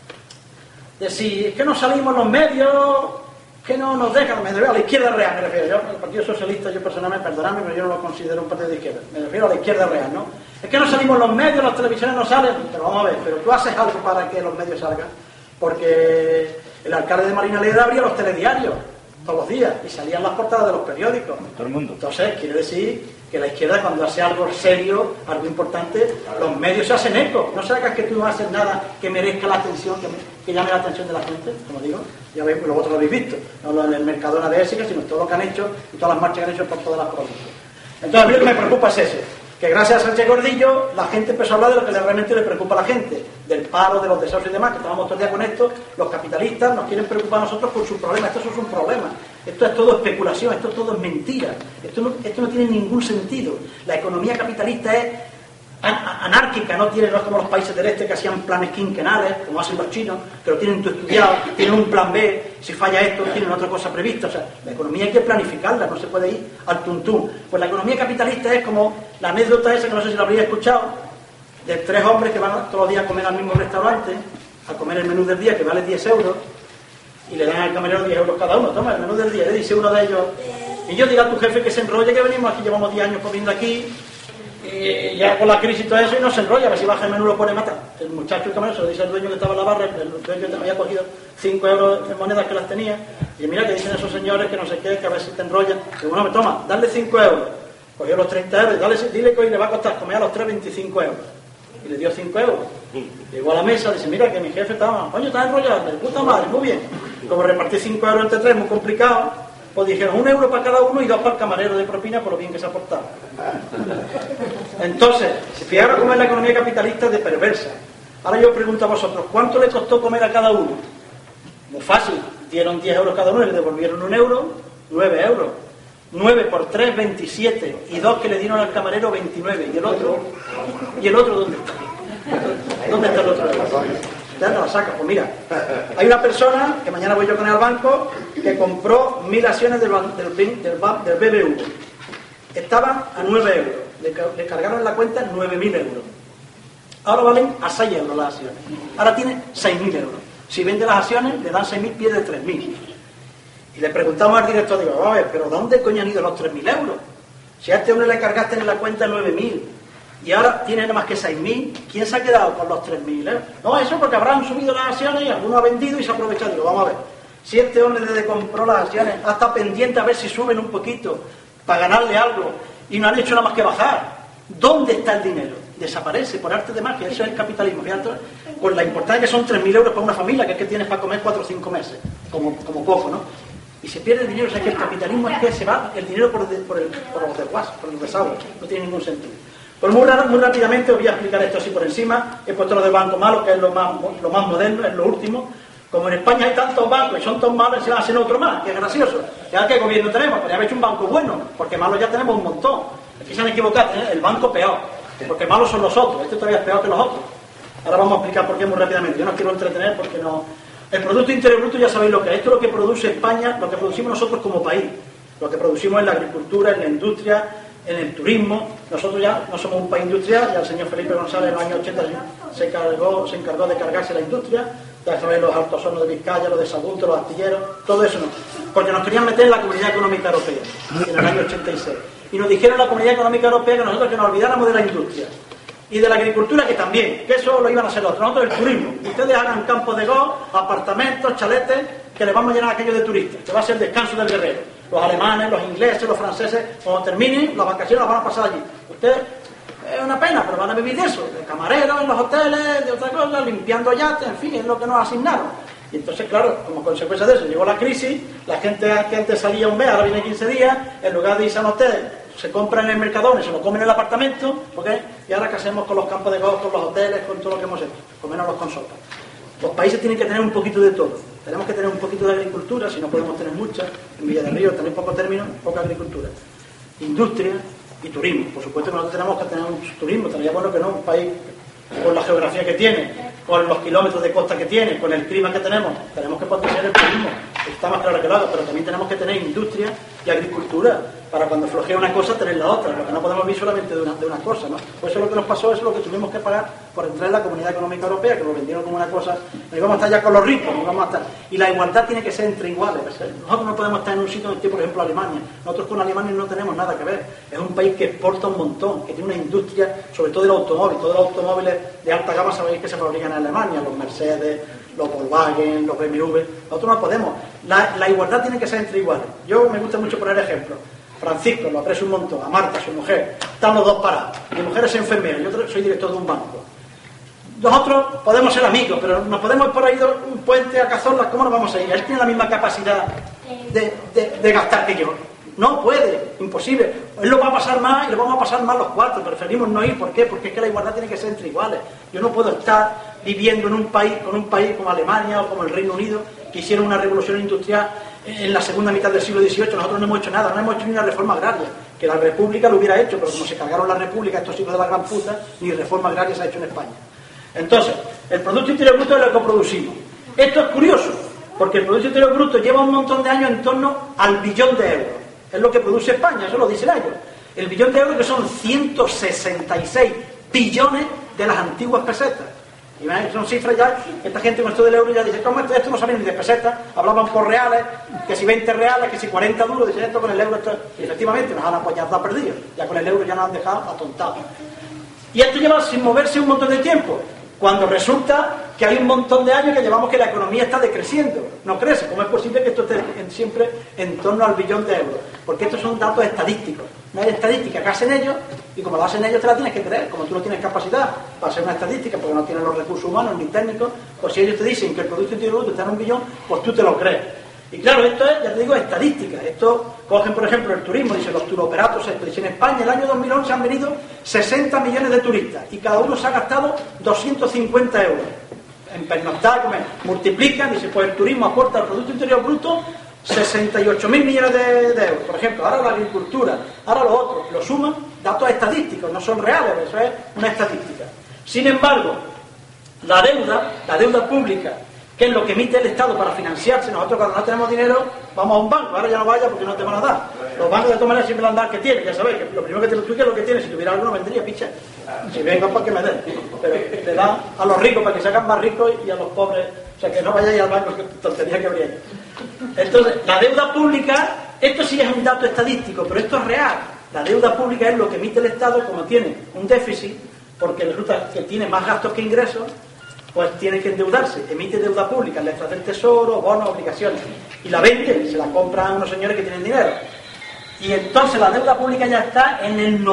decir, es que no salimos los medios, que no nos dejan, me refiero a la izquierda real, me refiero, yo, el Partido Socialista, yo personalmente, perdonadme, pero yo no lo considero un partido de izquierda, me refiero a la izquierda real, ¿no? Es que no salimos los medios, las televisiones no salen, pero vamos a ver, pero tú haces algo para que los medios salgan, porque el alcalde de Marina Alegre abría los telediarios todos los días y salían las portadas de los periódicos. Todo el mundo. Entonces, quiere decir que la izquierda, cuando hace algo serio, algo importante, los medios se hacen eco. No sabes que tú no haces nada que merezca la atención, que llame la atención de la gente, como digo. Ya veis, vosotros lo habéis visto, no en el Mercadona de Ésica, sino todo lo que han hecho y todas las marchas que han hecho por todas las provincias. Entonces, a mí lo que me preocupa es eso, que gracias a Sánchez Gordillo la gente empezó a hablar de lo que realmente le preocupa a la gente, del paro, de los desahucios y demás, que estábamos todo el día con esto. Los capitalistas nos quieren preocupar a nosotros por sus problemas. Esto es un problema, esto es todo especulación, esto todo es mentira, esto no tiene ningún sentido. La economía capitalista es anárquica, no es como los países del este que hacían planes quinquenales, como hacen los chinos, que lo tienen todo estudiado, tienen un plan B, si falla esto, tienen otra cosa prevista. O sea, la economía hay que planificarla, no se puede ir al tuntún. Pues la economía capitalista es como la anécdota esa, que no sé si la habréis escuchado, de 3 hombres que van todos los días a comer al mismo restaurante, a comer el menú del día, que vale 10 euros, y le dan al camarero 10 euros cada uno. Toma el menú del día, le dice uno de ellos, y yo diga a tu jefe que se enrolle, que venimos aquí, llevamos 10 años comiendo aquí, y ya con la crisis y todo eso, y no se enrolla, a ver si baja el menú lo pone a matar. El muchacho, el camarero, se lo dice al dueño que estaba en la barra, el dueño que había cogido 5 euros en monedas que las tenía, y mira que dicen esos señores que no sé qué, que a ver si te enrollan. Y bueno, me toma, dale 5 euros. Cogió los 30 euros, dile que hoy le va a costar comer a los 3 25 euros. Y le dio 5 euros. Llegó a la mesa, dice, mira que mi jefe estaba, coño, está enrollado, de puta madre, muy bien. Y como repartí 5 euros entre 3, muy complicado, pues dijeron 1 euro para cada uno y 2 para el camarero de propina por lo bien que se ha portado. Entonces, si fijaros cómo es la economía capitalista de perversa. Ahora yo os pregunto a vosotros, ¿cuánto le costó comer a cada uno? Muy fácil, dieron 10 euros cada uno y le devolvieron 1 euro, 9 euros. 9 por 3, 27, y 2 que le dieron al camarero, 29. ¿Y el otro dónde está? ¿Dónde está el otro? Ya no la saca. Pues mira, hay una persona, que mañana voy yo con él al banco, que compró 1000 acciones del BBV. Estaban a 9 euros. Le cargaron en la cuenta 9.000 euros. Ahora valen a 6 euros las acciones. Ahora tiene 6.000 euros. Si vende las acciones, le dan 6.000, pierde 3.000. Y le preguntamos al director, digo, a ver, ¿pero dónde coño han ido los 3.000 euros? Si a este hombre le cargaste en la cuenta 9.000 y ahora tiene nada más que 6.000, ¿quién se ha quedado con los 3.000 euros? No, eso porque habrán subido las acciones y alguno ha vendido y se ha aprovechado. Digo, vamos a ver, si este hombre desde que compró las acciones ha estado pendiente a ver si suben un poquito para ganarle algo y no han hecho nada más que bajar, ¿dónde está el dinero? Desaparece por arte de magia. Eso es el capitalismo. Fíjate, con la importancia que son 3.000 euros para una familia, que es que tienes para comer 4 o 5 meses, como poco, ¿no? Y se pierde el dinero. O sea que el capitalismo es que se va el dinero por los desguaces, por los desagües. No tiene ningún sentido. Pues muy rápidamente os voy a explicar esto así por encima. He puesto lo del banco malo, que es lo más moderno, es lo último. Como en España hay tantos bancos y son todos malos, se van a hacer otro más, que es gracioso. Ya qué gobierno tenemos, podría haber hecho un banco bueno, porque malos ya tenemos un montón. Aquí se han equivocado, el banco peor, porque malos son los otros, este todavía es peor que los otros. Ahora vamos a explicar por qué muy rápidamente. Yo no quiero entretener porque no... El Producto Interior Bruto ya sabéis lo que es. Esto es lo que produce España, lo que producimos nosotros como país. Lo que producimos en la agricultura, en la industria, en el turismo. Nosotros ya no somos un país industrial, ya el señor Felipe González en los años 80 se encargó de cargarse la industria. Ya sabéis, los altos hornos de Vizcaya, los de Sagunto, los astilleros, todo eso no. Porque nos querían meter en la Comunidad Económica Europea, en el año 86. Y nos dijeron la Comunidad Económica Europea que nosotros que nos olvidáramos de la industria. Y de la agricultura que también, que eso lo iban a hacer otros. Nosotros el turismo. Ustedes hagan campos de golf, apartamentos, chaletes, que les vamos a llenar aquello de turistas, que va a ser el descanso del guerrero. Los alemanes, los ingleses, los franceses, cuando terminen, las vacaciones las van a pasar allí. Ustedes, es una pena, pero van a vivir de eso, de camareros en los hoteles, de otra cosa, limpiando yates, en fin, es lo que nos asignaron. Y entonces, claro, como consecuencia de eso, llegó la crisis, la gente que antes salía un mes, ahora viene 15 días, en lugar de irse a un hotel, se compran en el Mercadona y se lo comen en el apartamento, ¿ok? Y ahora ¿qué hacemos con los campos de golf, con los hoteles, con todo lo que hemos hecho? Comernos con sopa. Los países tienen que tener un poquito de todo. Tenemos que tener un poquito de agricultura, si no podemos tener mucha. En Villa del Río tenéis poco término, poca agricultura. Industria y turismo. Por supuesto que nosotros tenemos que tener un turismo, estaría bueno que no, un país con la geografía que tiene, con los kilómetros de costa que tiene, con el clima que tenemos que potenciar el turismo. Está más claro que lo haga, pero también tenemos que tener industria y agricultura para cuando flojea una cosa tener la otra, porque no podemos vivir solamente de una cosa, ¿no? Pues eso es lo que nos pasó, eso es lo que tuvimos que pagar por entrar en la Comunidad Económica Europea, que lo vendieron como una cosa, no íbamos a estar ya con los ricos, no íbamos a estar. Y la igualdad tiene que ser entre iguales. Nosotros no podemos estar en un sitio donde, por ejemplo, Alemania. Nosotros con Alemania no tenemos nada que ver. Es un país que exporta un montón, que tiene una industria, sobre todo del automóvil. Todos los automóviles de alta gama sabéis que se fabrican en Alemania, los Mercedes, los Volkswagen, los BMW. Nosotros no podemos. La igualdad tiene que ser entre iguales. Yo me gusta mucho poner ejemplos. Francisco, lo aprecio un montón, a Marta, su mujer, están los dos parados. Mi mujer es enfermera, yo soy director de un banco. Nosotros podemos ser amigos, pero nos podemos ir por ahí un puente a Cazorla, ¿cómo nos vamos a ir? Él tiene la misma capacidad de gastar que yo. No puede, imposible. Él lo va a pasar más y lo vamos a pasar más los cuatro. Preferimos no ir, ¿por qué? Porque es que la igualdad tiene que ser entre iguales. Yo no puedo estar viviendo en un país, con un país como Alemania o como el Reino Unido, que hicieron una revolución industrial en la segunda mitad del siglo XVIII. Nosotros no hemos hecho nada, no hemos hecho ni una reforma agraria, que la República lo hubiera hecho, pero como se cargaron la República, estos hijos de la gran puta, ni reforma agraria se ha hecho en España. Entonces, el Producto Interior Bruto es lo que producimos. Esto es curioso, porque el Producto Interior Bruto lleva un montón de años en torno al billón de euros. Es lo que produce España, eso lo dicen ellos. El billón de euros, que son 166 billones de las antiguas pesetas. Y son cifras ya, esta gente con esto del euro ya dice, ¿cómo esto no sabía ni de pesetas? Hablaban por reales, que si 20 reales, que si 40 duros, dicen esto con el euro, esto... Y efectivamente nos han apoyado perdidos, ya con el euro ya nos han dejado atontados. Y esto lleva sin moverse un montón de tiempo, cuando resulta que hay un montón de años que llevamos que la economía está decreciendo, no crece. ¿Cómo es posible que esto esté siempre en torno al billón de euros? Porque estos son datos estadísticos. No hay estadística que hacen ellos, y como lo hacen ellos te la tienes que creer. Como tú no tienes capacidad para hacer una estadística, porque no tienes los recursos humanos ni técnicos, pues si ellos te dicen que el Producto Interior Bruto está en un billón, pues tú te lo crees. Y claro, esto es, ya te digo, estadística. Esto cogen, por ejemplo, el turismo, dicen los turoperatos. En España, el año 2011 han venido 60 millones de turistas y cada uno se ha gastado 250 euros en pernoctar, comer. Multiplican, dice, pues el turismo aporta al Producto Interior Bruto 68.000 millones de euros, por ejemplo. Ahora la agricultura, ahora lo otro, lo suman, datos estadísticos, no son reales, eso es una estadística. Sin embargo, la deuda pública, que es lo que emite el Estado para financiarse, nosotros cuando no tenemos dinero vamos a un banco, ahora ya no vaya porque no te van a dar. Los bancos de todas maneras siempre han dado que tiene, ya sabéis, que lo primero que te lo explique es lo que tiene. Si tuviera algo no vendría, picha. Si vengo para que me den. Pero le dan a los ricos para que se hagan más ricos y a los pobres, o sea, que no vayáis al banco, que tontería que habría. Entonces, la deuda pública, esto sí es un dato estadístico, pero esto es real. La deuda pública es lo que emite el Estado, como tiene un déficit, porque resulta que tiene más gastos que ingresos, pues tiene que endeudarse, emite deuda pública, letras del tesoro, bonos, obligaciones, y la vende, se la compran unos señores que tienen dinero. Y entonces la deuda pública ya está en el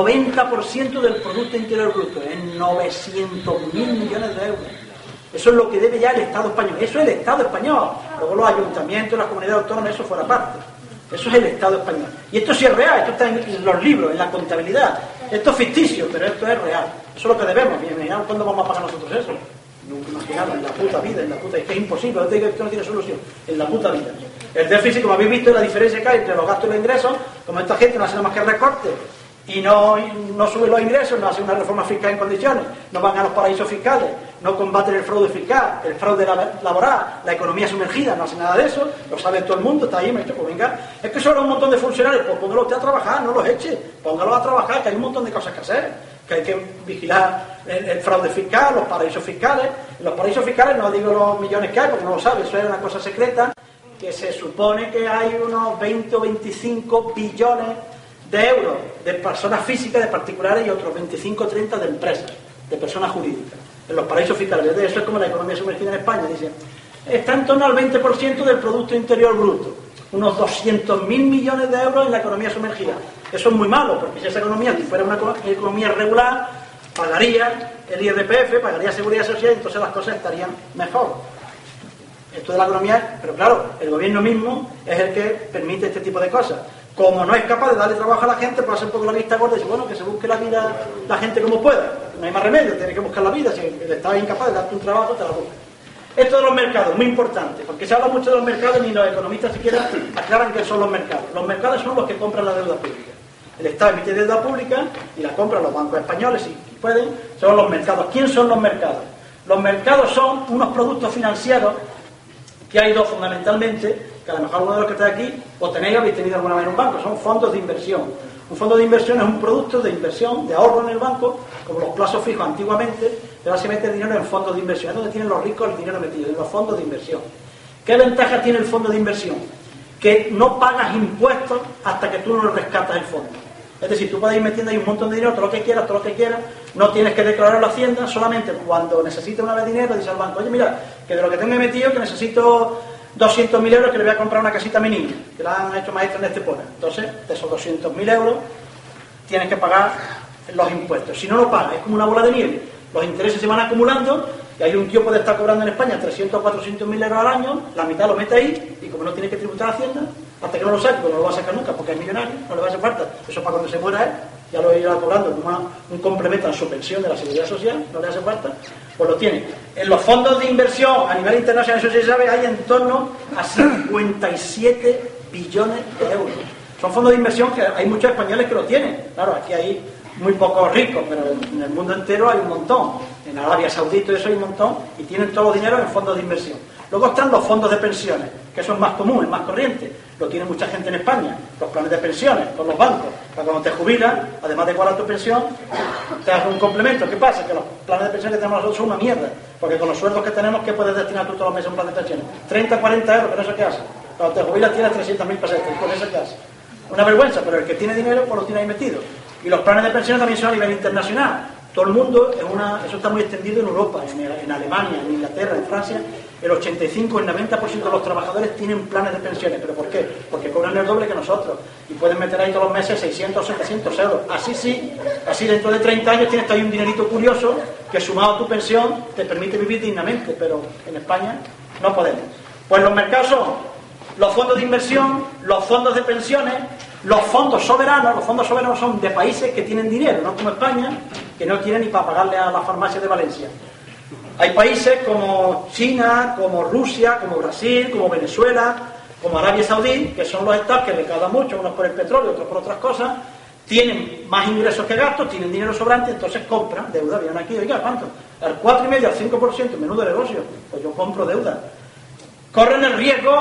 90% del Producto Interior Bruto, en 900.000 millones de euros. Eso es lo que debe ya el Estado español. Eso es el Estado español. Luego los ayuntamientos, las comunidades autónomas, eso fuera parte. Eso es el Estado español. Y esto sí es real, esto está en los libros, en la contabilidad. Esto es ficticio, pero esto es real. Eso es lo que debemos. Imaginad cuándo vamos a pagar nosotros eso. Nunca imaginado, en la puta vida, es que es imposible, esto no tiene solución. En la puta vida. El déficit, como habéis visto, es la diferencia que hay entre los gastos y los ingresos. Como esta gente no hace nada más que recorte y no sube los ingresos, no hace una reforma fiscal en condiciones, no van a los paraísos fiscales, no combaten el fraude fiscal, el fraude laboral, la economía sumergida, no hace nada de eso, lo sabe todo el mundo, está ahí, maestro, pues venga, es que sobra un montón de funcionarios, pues póngalo usted a trabajar, no los eche, póngalo a trabajar, que hay un montón de cosas que hacer, que hay que vigilar el fraude fiscal, los paraísos fiscales. Los paraísos fiscales, no digo los millones que hay, porque no lo sabe, eso es una cosa secreta, que se supone que hay unos 20 o 25 billones de euros de personas físicas, de particulares, y otros 25 o 30 de empresas, de personas jurídicas, en los paraísos fiscales. Eso es como la economía sumergida en España, dicen. Está en torno al 20% del Producto Interior Bruto, unos 200.000 millones de euros en la economía sumergida. Eso es muy malo, porque si esa economía fuera una economía regular, pagaría el IRPF, pagaría Seguridad Social, y entonces las cosas estarían mejor. Esto de la economía, pero claro, el gobierno mismo es el que permite este tipo de cosas. Como no es capaz de darle trabajo a la gente, pues hace un poco la vista gorda y dice, bueno, que se busque la vida la gente como pueda. No hay más remedio, tiene que buscar la vida. Si el Estado es incapaz de darte un trabajo, te la busca. Esto de los mercados, muy importante, porque se habla mucho de los mercados, ni los economistas siquiera aclaran qué son los mercados. Los mercados son los que compran la deuda pública. El Estado emite deuda pública y la compran los bancos españoles, si pueden, son los mercados. ¿Quién son los mercados? Los mercados son unos productos financieros, que hay dos fundamentalmente, que a lo mejor uno de los que está aquí, o tenéis o habéis tenido alguna vez en un banco, son fondos de inversión. Un fondo de inversión es un producto de inversión, de ahorro en el banco, como los plazos fijos antiguamente, pero ahora se mete dinero en fondos de inversión. Es donde tienen los ricos el dinero metido, en los fondos de inversión. ¿Qué ventaja tiene el fondo de inversión? Que no pagas impuestos hasta que tú no rescatas el fondo. Es decir, tú puedes ir metiendo ahí un montón de dinero, todo lo que quieras, no tienes que declararlo a Hacienda, solamente cuando necesites una vez dinero, dices al banco, oye, mira, que de lo que tengo metido, que necesito 200.000 euros, que le voy a comprar una casita a mi niña, que la han hecho maestra en Estepona. Entonces, de esos 200.000 euros, tienes que pagar los impuestos. Si no lo pagas, es como una bola de nieve. Los intereses se van acumulando, y hay un tío puede estar cobrando en España 300 o 400.000 euros al año, la mitad lo mete ahí, y como no tiene que tributar a Hacienda, hasta que no lo saque, pues no lo va a sacar nunca, porque es millonario, no le va a hacer falta. Eso para cuando se muera él, ya lo irá cobrando como un complemento a su pensión de la Seguridad Social, no le hace falta, pues lo tiene. En los fondos de inversión a nivel internacional, eso se sabe, hay en torno a 57 billones de euros. Son fondos de inversión que hay muchos españoles que lo tienen. Claro, aquí hay muy pocos ricos, pero en el mundo entero hay un montón. En Arabia Saudita eso hay un montón, y tienen todo los dinero en fondos de inversión. Luego están los fondos de pensiones, que son más comunes, más corrientes. Lo tiene mucha gente en España. Los planes de pensiones con los bancos. Para cuando te jubilas, además de cobrar tu pensión, te das un complemento. ¿Qué pasa? Que los planes de pensiones que tenemos nosotros son una mierda. Porque con los sueldos que tenemos, ¿qué puedes destinar tú todos los meses a un plan de pensiones? 30, 40 euros, ¿con eso qué haces? Cuando te jubilas tienes 300.000 pesetas. ¿Y con eso qué haces? Una vergüenza, pero el que tiene dinero, pues lo tiene ahí metido. Y los planes de pensiones también son a nivel internacional. Todo el mundo, eso está muy extendido en Europa, en Alemania, en Inglaterra, en Francia. El 85, el 90% de los trabajadores tienen planes de pensiones. ¿Pero por qué? Porque cobran el doble que nosotros. Y pueden meter ahí todos los meses 600 o 700 euros. Así sí, así dentro de 30 años tienes ahí un dinerito curioso que sumado a tu pensión te permite vivir dignamente. Pero en España no podemos. Pues los mercados son los fondos de inversión, los fondos de pensiones, los fondos soberanos. Los fondos soberanos son de países que tienen dinero, no como España, que no tienen ni para pagarle a la farmacia de Valencia. Hay países como China, como Rusia, como Brasil, como Venezuela, como Arabia Saudí, que son los estados que recaudan mucho, unos por el petróleo, otros por otras cosas, tienen más ingresos que gastos, tienen dinero sobrante, entonces compran deuda. Vienen aquí, oiga, ¿cuánto? Al 4,5%, al 5%, menudo negocio. Pues yo compro deuda. Corren el riesgo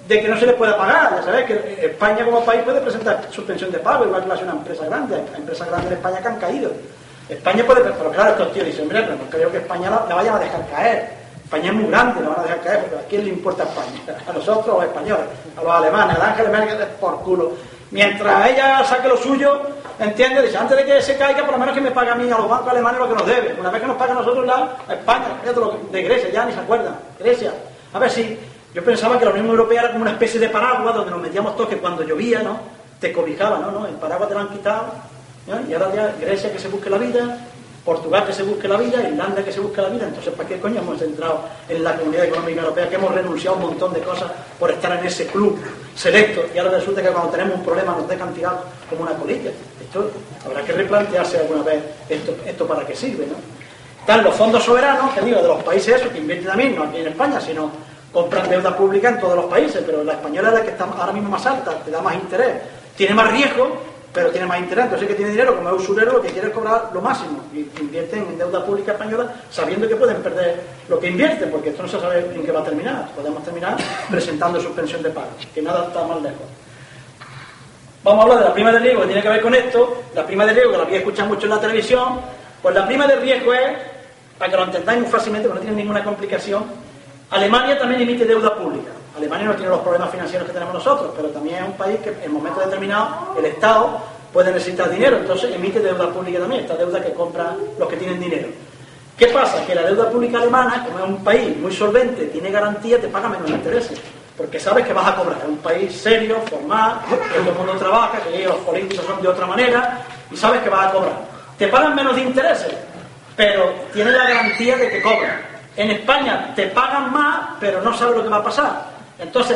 de que no se les pueda pagar. Ya sabéis que España como país puede presentar suspensión de pago, igual que lo hace una empresa grande. Hay empresas grandes en España que han caído. España puede, pero claro, estos tíos dicen, hombre, pero no creo que España la vayan a dejar caer. España es muy grande, la van a dejar caer, porque ¿a quién le importa España? A nosotros, a los españoles, a los alemanes, a Ángela Merkel, por culo. Mientras ella saque lo suyo, entiende, dice, antes de que se caiga, por lo menos que me pague a mí, a los bancos alemanes, lo que nos debe. Una vez que nos paga a nosotros a España, fíjate lo de Grecia, ya ni se acuerdan. Grecia. A ver si, yo pensaba que la Unión Europea era como una especie de paraguas donde nos metíamos todos, que cuando llovía, ¿no? Te cobijaba, ¿no? El paraguas te lo han quitado, ¿no? Y ahora ya Grecia que se busque la vida, Portugal que se busque la vida, Irlanda que se busque la vida. Entonces, ¿para qué coño hemos entrado en la Comunidad Económica Europea? Que hemos renunciado a un montón de cosas por estar en ese club selecto, y ahora resulta que cuando tenemos un problema nos dejan tirado como una colilla. Esto habrá que replantearse alguna vez esto para qué sirve, ¿no? Están los fondos soberanos, que digo, de los países esos que invierten también, no aquí en España, sino compran deuda pública en todos los países, pero la española es la que está ahora mismo más alta, te da más interés, tiene más riesgo, pero tiene más interés. Entonces el que tiene dinero, como es usurero, lo que quiere es cobrar lo máximo, y invierten en deuda pública española sabiendo que pueden perder lo que invierten, porque esto no se sabe en qué va a terminar. Podemos terminar presentando suspensión de pago, que nada está más lejos. Vamos a hablar de la prima de riesgo, que tiene que ver con esto. La prima de riesgo, que la había escuchado mucho en la televisión, pues la prima de riesgo es, para que lo entendáis muy fácilmente, porque no tiene ninguna complicación, Alemania también emite deuda pública. Alemania no tiene los problemas financieros que tenemos nosotros, pero también es un país que en momentos determinados el Estado puede necesitar dinero, entonces emite deuda pública también, esta deuda que compran los que tienen dinero. ¿Qué pasa? Que la deuda pública alemana, como es un país muy solvente, tiene garantía, te paga menos intereses, porque sabes que vas a cobrar. Es un país serio, formal, que todo el mundo trabaja, que los políticos son de otra manera, y sabes que vas a cobrar. Te pagan menos de intereses, pero tienes la garantía de que cobran. En España te pagan más, pero no sabes lo que va a pasar. Entonces,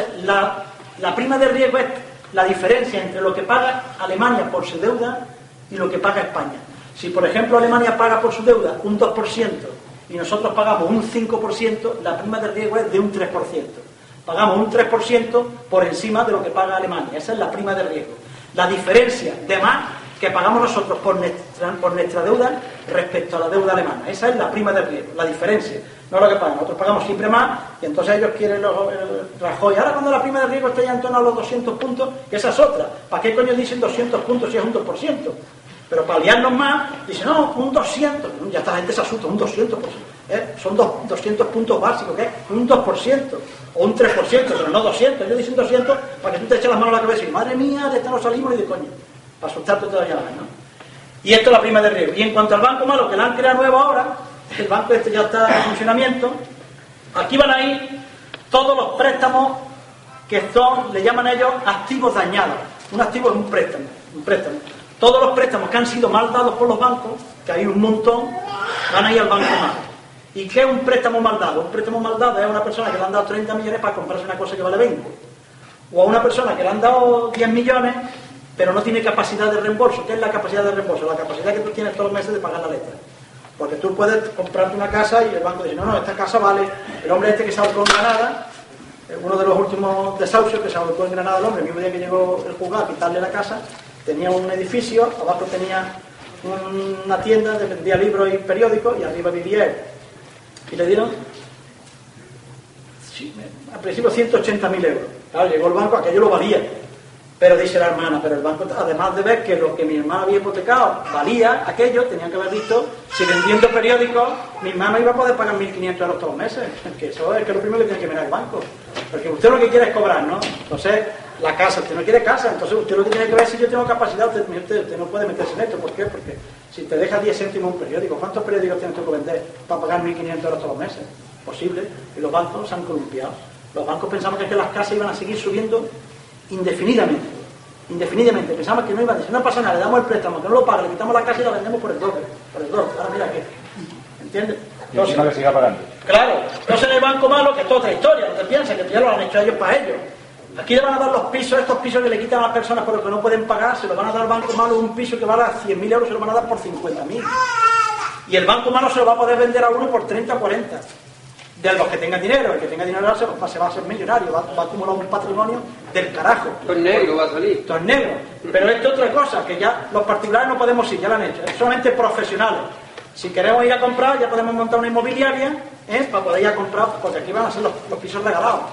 la prima de riesgo es la diferencia entre lo que paga Alemania por su deuda y lo que paga España. Si, por ejemplo, Alemania paga por su deuda un 2% y nosotros pagamos un 5%, la prima de riesgo es de un 3%. Pagamos un 3% por encima de lo que paga Alemania. Esa es la prima de riesgo. La diferencia de más que pagamos nosotros por nuestra deuda respecto a la deuda alemana. Esa es la prima de riesgo, la diferencia. No lo que pagan. Nosotros pagamos siempre más y entonces ellos quieren Rajoy. Ahora cuando la prima de riesgo está ya en torno a los 200 puntos, que esa es otra. ¿Para qué coño dicen 200 puntos si es un 2%? Pero para liarnos más, dicen, no, un 200. Ya esta gente se asusta, un 200%. Son 200 puntos básicos, que es un 2%. O un 3%, pero no 200. Ellos dicen 200 para que tú te eches las manos a la cabeza y madre mía, de esta no salimos ni de coño. Para asustarte todavía más, ¿no? Y esto es la prima de riesgo. Y en cuanto al banco malo, que la han creado nuevo ahora, el banco este ya está en funcionamiento, aquí van a ir todos los préstamos que son, le llaman ellos, activos dañados. Un activo es un préstamo. Todos los préstamos que han sido mal dados por los bancos, que hay un montón, van a ir al banco malo. ¿Y qué es un préstamo mal dado? Un préstamo mal dado es a una persona que le han dado 30 millones para comprarse una cosa que vale 20. O a una persona que le han dado 10 millones pero no tiene capacidad de reembolso. ¿Qué es la capacidad de reembolso? La capacidad que tú tienes todos los meses de pagar la letra. Porque tú puedes comprarte una casa y el banco dice, no, esta casa vale. El hombre este que se ahorcó en Granada, uno de los últimos desahucios que se ahorcó en Granada, el hombre, el mismo día que llegó el juzgado a quitarle la casa, tenía un edificio, abajo tenía una tienda donde vendía libros y periódicos y arriba vivía él. Y le dieron, al principio, 180.000 euros. Claro, llegó el banco, aquello lo valía. Pero dice la hermana, pero el banco, además de ver que lo que mi hermana había hipotecado valía aquello, tenían que haber visto si vendiendo periódicos mi hermana iba a poder pagar 1.500 euros todos los meses. Que eso es que lo primero que tiene que mirar el banco. Porque usted lo que quiere es cobrar, ¿no? Entonces, la casa, usted no quiere casa, entonces usted lo que tiene que ver es si yo tengo capacidad, usted no puede meterse en esto. ¿Por qué? Porque si te deja 10 céntimos un periódico, ¿cuántos periódicos tienes tú que vender para pagar 1.500 euros todos los meses? Posible. Y los bancos se han columpiado. Los bancos pensaban que las casas iban a seguir subiendo indefinidamente. Pensamos que no iba a decir, no pasa nada, le damos el préstamo, que no lo paga, le quitamos la casa y la vendemos por el doble. Ahora mira aquí. ¿Entiendes? Y encima que siga pagando. Claro. Entonces en el banco malo, que es otra historia, no te piensas que ya lo han hecho ellos para ellos. Aquí le van a dar los pisos, estos pisos que le quitan a las personas por los que no pueden pagar, se lo van a dar al banco malo, un piso que vale 100.000 euros, se lo van a dar por 50.000. Y el banco malo se lo va a poder vender a uno por 30 o 40. De los que tengan dinero, el que tenga dinero se va a ser millonario, va a acumular un patrimonio del carajo. Esto es negro, va a salir. Esto es negro. Pero esto es otra cosa, que ya los particulares no podemos ir, ya lo han hecho, es solamente profesionales. Si queremos ir a comprar, ya podemos montar una inmobiliaria para poder ir a comprar, porque aquí van a ser los pisos regalados.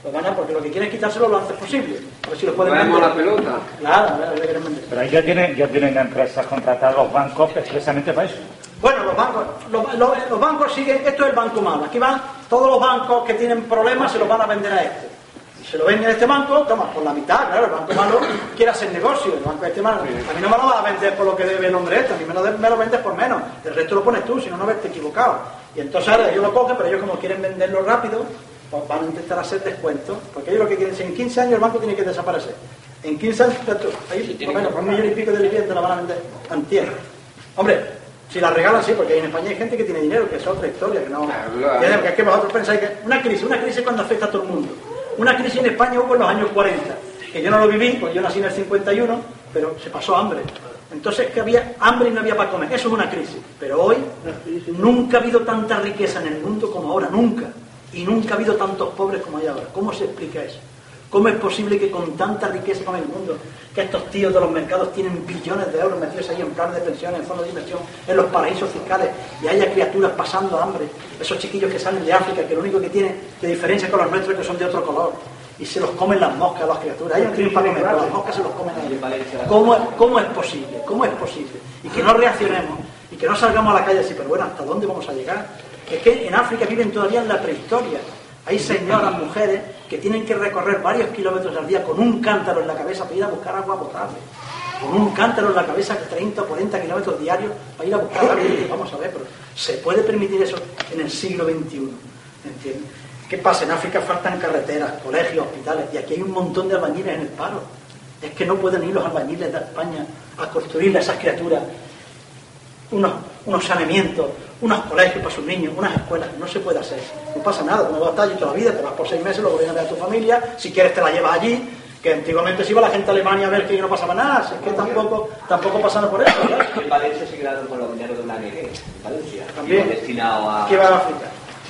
Porque lo que quieren es quitárselo lo antes posible. A ver si lo pueden vender. la pelota. Claro, a ver, quieren vender. Pero ahí ya tienen empresas contratadas, los bancos, expresamente para eso. Bueno, los bancos siguen, esto es el banco malo. Aquí van todos los bancos que tienen problemas, se los van a vender a este. Y se lo venden a este banco, toma, por la mitad, claro, el banco malo quiere hacer negocio, el banco este malo. A mí no me lo vas a vender por lo que debe el hombre este, a mí me lo vendes por menos. El resto lo pones tú, si no, no verte equivocado. Y entonces ahora ellos lo cogen, pero ellos como quieren venderlo rápido, pues van a intentar hacer descuentos, porque ellos lo que quieren es en 15 años el banco tiene que desaparecer. En 15 años, ahí, por lo menos, por 1,5 millones de viviendas la van a vender antier. Hombre, si la regalan, sí, porque en España hay gente que tiene dinero, que es otra historia, que no... Que es que vosotros pensáis que... Una crisis cuando afecta a todo el mundo. Una crisis en España hubo en los años 40, que yo no lo viví, pues yo nací en el 51, pero se pasó hambre. Entonces que había hambre y no había para comer. Eso es una crisis. Pero hoy nunca ha habido tanta riqueza en el mundo como ahora, nunca. Y nunca ha habido tantos pobres como hay ahora. ¿Cómo se explica eso? ¿Cómo es posible que con tanta riqueza como en el mundo, que estos tíos de los mercados tienen billones de euros metidos ahí en planes de pensiones, en fondos de inversión, en los paraísos fiscales, y haya criaturas pasando hambre? Esos chiquillos que salen de África, que lo único que tienen de diferencia con los nuestros es que son de otro color, y se los comen las moscas a las criaturas. Ellos tienen para comer, pero las moscas se los comen a ellos. ¿Cómo es posible? ¿Cómo es posible? Y que no reaccionemos, y que no salgamos a la calle así, pero bueno, ¿hasta dónde vamos a llegar? Es que en África viven todavía en la prehistoria. Hay señoras, mujeres, que tienen que recorrer varios kilómetros al día con un cántaro en la cabeza para ir a buscar agua potable. Con un cántaro en la cabeza, 30 o 40 kilómetros diarios para ir a buscar agua. Vamos a ver, pero ¿se puede permitir eso en el siglo XXI? ¿Entiendes? ¿Qué pasa? En África faltan carreteras, colegios, hospitales, y aquí hay un montón de albañiles en el paro. Es que no pueden ir los albañiles de España a construirle a esas criaturas unos saneamientos, unos colegios para sus niños, unas escuelas. No se puede hacer. No pasa nada, no vas a estar allí toda la vida, te vas por 6 meses, luego vienes a ver a tu familia, si quieres te la llevas allí, que antiguamente se iba la gente a Alemania a ver que no pasaba nada, es que tampoco pasaron por eso, ¿verdad? En Valencia se quedaron con los dineros de una ANG, en Valencia, también destinado a... ¿Qué va a África?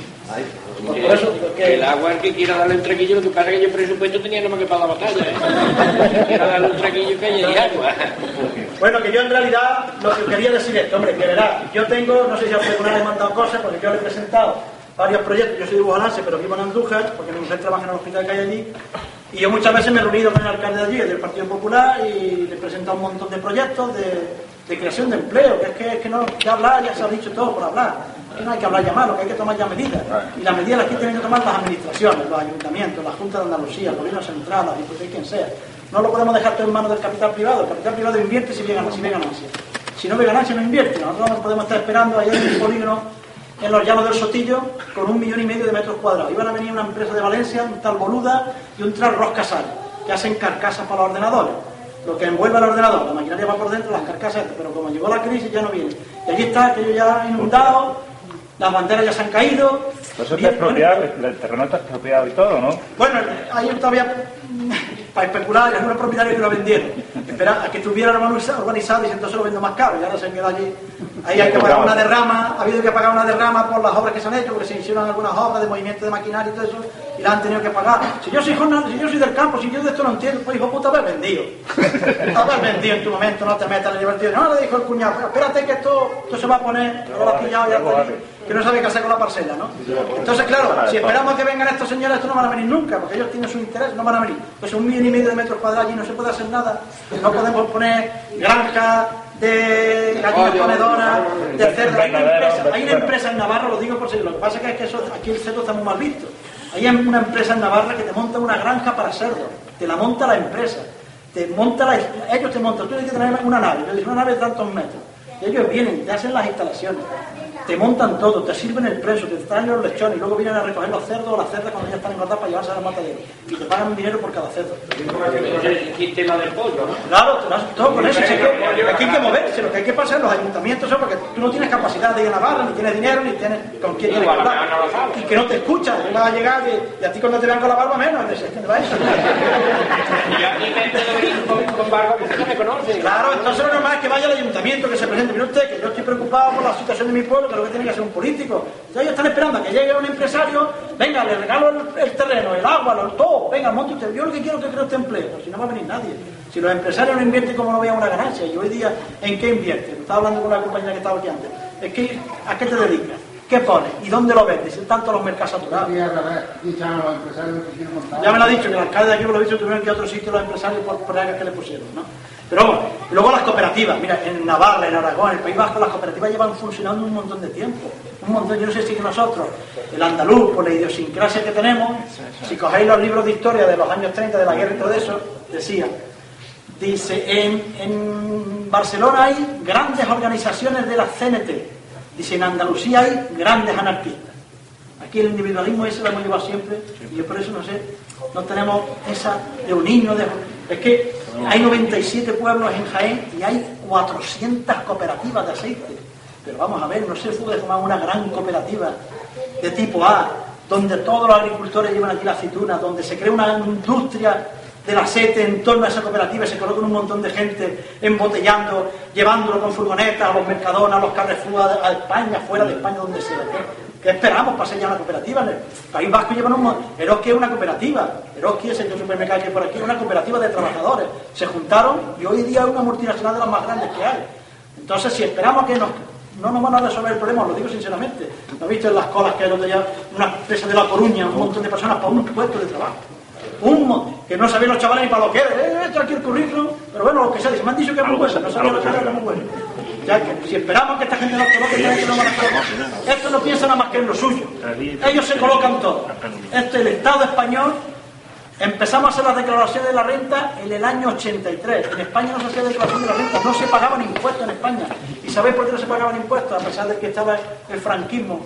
Por eso digo que el agua, el que quiera darle un traquillo, lo que pasa es que yo presupuesto tenía nada más que para la batalla, quiero darle un traquillo que haya agua. Bueno, que yo en realidad lo que quería decir es, hombre, que verá, yo tengo, no sé si a usted le he mandado cosas, porque yo le he presentado varios proyectos, yo soy de Bujalance, pero vivo en Andújar, porque mi mujer trabaja en el hospital que hay allí, y yo muchas veces me he reunido con el alcalde de allí, del Partido Popular, y le he presentado un montón de proyectos de creación de empleo, que es que no, que hablar, ya se ha dicho todo por hablar. Que no hay que hablar ya más, lo que hay que tomar ya medidas. Y las medidas las que tienen que tomar las administraciones, los ayuntamientos, la Junta de Andalucía, el Gobierno Central, la Diputación, quien sea. No lo podemos dejar todo en manos del capital privado. El capital privado invierte si ve ganancia. Si no ve ganancia, no invierte. Nosotros no podemos estar esperando allá en un polígono en los llanos del Sotillo con 1,5 millones de metros cuadrados. Iban a venir una empresa de Valencia, un tal Boluda y un tal Roscasal, que hacen carcasas para los ordenadores. Lo que envuelve al ordenador, la maquinaria va por dentro, las carcasas, pero como llegó la crisis ya no viene. Y allí está aquello ya inundado, las banderas ya se han caído. Pues eso está expropiado, el terreno está expropiado y todo, ¿no? Bueno, ahí todavía para especular, y algunos propietarios que lo vendieron. Espera a que estuviera urbanizado y entonces lo vendo más caro, ya no se queda allí. Ahí hay que pagar una derrama, ha habido que pagar una derrama por las obras que se han hecho, porque se hicieron algunas obras de movimiento de maquinaria y todo eso, y la han tenido que pagar. Si yo soy del campo, si yo de esto no entiendo, pues hijo puta, haber vendido. Haber vendido en tu momento, no te metas en el divertido. No, le dijo el cuñado, espérate que esto se va a poner, lo has pillado ya está allí, que no sabe qué hacer con la parcela, ¿no? Entonces, claro, si esperamos que vengan estos señores, estos no van a venir nunca, porque ellos tienen su interés, no van a venir. Pues 1,5 millones de metros cuadrados allí no se puede hacer nada. No podemos poner granjas de gallinas ponedoras, de cerdo. Hay una empresa en Navarra, lo digo por si lo que pasa es que eso, aquí el cerdo está muy mal visto. Hay una empresa en Navarra que te monta una granja para cerdos, te la monta la empresa, ellos te montan, tú tienes que tener una nave, una nave de tantos metros, y ellos vienen, te hacen las instalaciones, te montan todo, te sirven el preso, te traen los lechones y luego vienen a recoger los cerdos o las cerdas cuando ya están engordadas para llevarse al matadero y te pagan un dinero por cada cerdo. El sistema del pollo, ¿no? Claro, todo con eso. Aquí hay que moverse, lo que hay que pasar en los ayuntamientos, ¿no? Porque tú no tienes capacidad de ir a Navarra, ni tienes dinero, ni tienes con quién tienes que hablar. Y que no te escuchan, que vas a llegar y a ti cuando te vean con la barba menos, es que te va a ir. Y a mí me puedo venir con barba porque no me conoce. Claro, entonces lo normal es que vaya al ayuntamiento, que se presente. Mire usted, que yo estoy preocupado por la situación de mi pueblo, que lo que tiene que hacer un político. Entonces ellos están esperando a que llegue un empresario, venga, le regalo el terreno, el agua, todo, venga, monte usted. Yo lo que quiero es que cree este empleo, pero si no va a venir nadie. Si los empresarios no invierten, como no vean una ganancia. Y hoy día, ¿en qué invierten? Estaba hablando con una compañera que estaba aquí antes. Es que, ¿a qué te dedicas? ¿Qué pone? ¿Y dónde lo ves? Dicen tanto los mercados saturados. Ya me lo ha dicho, que el alcalde de aquí me lo ha dicho, tuvieron que ir a otro sitio los empresarios por plagas que le pusieron, ¿no? Pero bueno, luego las cooperativas, mira, en Navarra, en Aragón, en el País Vasco, las cooperativas llevan funcionando un montón de tiempo. Un montón, yo no sé si que nosotros, el andaluz, por la idiosincrasia que tenemos, si cogéis los libros de historia de los años 30, de la guerra y todo eso, decía, dice, en Barcelona hay grandes organizaciones de la CNT, dice, en Andalucía hay grandes anarquistas. Aquí el individualismo ese lo hemos llevado siempre, y yo por eso no sé, no tenemos esa de un niño, es que hay 97 pueblos en Jaén y hay 400 cooperativas de aceite. Pero vamos a ver, no se puede formar una gran cooperativa de tipo A, donde todos los agricultores llevan aquí la aceituna, donde se crea una industria del aceite en torno a esa cooperativa y se coloca un montón de gente embotellando, llevándolo con furgonetas a los Mercadona, a los Carrefour, a España, fuera de España, donde sea. ¿Qué esperamos para sellar una cooperativa? En el País Vasco llevan un... Eroski es una cooperativa. Eroski es el supermercado que hay por aquí, es una cooperativa de trabajadores. Se juntaron y hoy día es una multinacional de las más grandes que hay. Entonces, si esperamos que no nos van a resolver el problema, os lo digo sinceramente. ¿No he visto en las colas que hay donde ya una empresa de La Coruña, un montón de personas para un puesto de trabajo? Que no sabían los chavales ni para lo que era. Está aquí el currículum, pero bueno, lo que sea, me han dicho que es muy bueno, no sabían lo que era muy bueno. Ya que si esperamos que esta gente nos coloque, que no van a hacer. Esto no piensa nada más que en lo suyo. Ellos se colocan todo. El Estado español, empezamos a hacer las declaraciones de la renta en el año 83. En España no se hacía declaración de la renta, no se pagaban impuestos en España. ¿Y sabéis por qué no se pagaban impuestos? A pesar de que estaba el franquismo.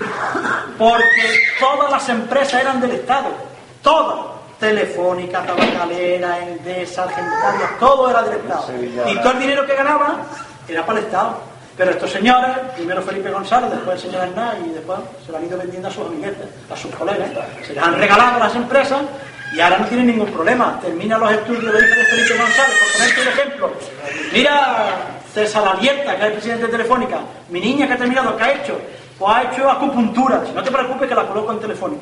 Porque todas las empresas eran del Estado. Todas. Telefónica, Tabacalera, Endesa, Argentina, todo era del Estado. Y todo el dinero que ganaban era para el Estado. Pero estos señores, primero Felipe González, después el señor Hernández, y después se lo han ido vendiendo a sus amiguetes, a sus colegas. Se les han regalado a las empresas y ahora no tienen ningún problema. Terminan los estudios de Felipe González, por ponerte un ejemplo. Mira César Alierta, que es el presidente de Telefónica. Mi niña que ha terminado, ¿qué ha hecho? Pues ha hecho acupuntura. Si no te preocupes que la coloco en Telefónica.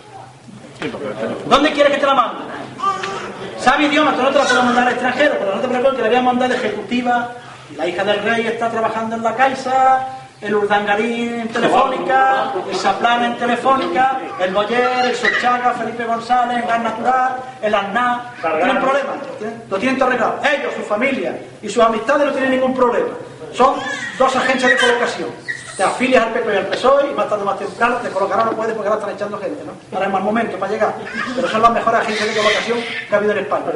¿Dónde quieres que te la mande? ¿Sabe idioma? Tú no te la puedes mandar al extranjero, pero no te preocupes que le voy a mandar de ejecutiva. La hija del rey está trabajando en la Caixa, el Urdangarín en Telefónica, el Saplán en Telefónica, el Boyer, el Sochaga, Felipe González, el Gas Natural, el Aznar. No tienen problema, lo tienen todo arreglado. Ellos, su familia y sus amistades no tienen ningún problema. Son dos agencias de colocación. Te afilias al PP y al PSOE y más tarde o más temprano te colocarán, no puedes porque ahora están echando gente, ¿no? Ahora es mal momento para llegar. Pero son las mejores agencias de colocación que ha habido en España.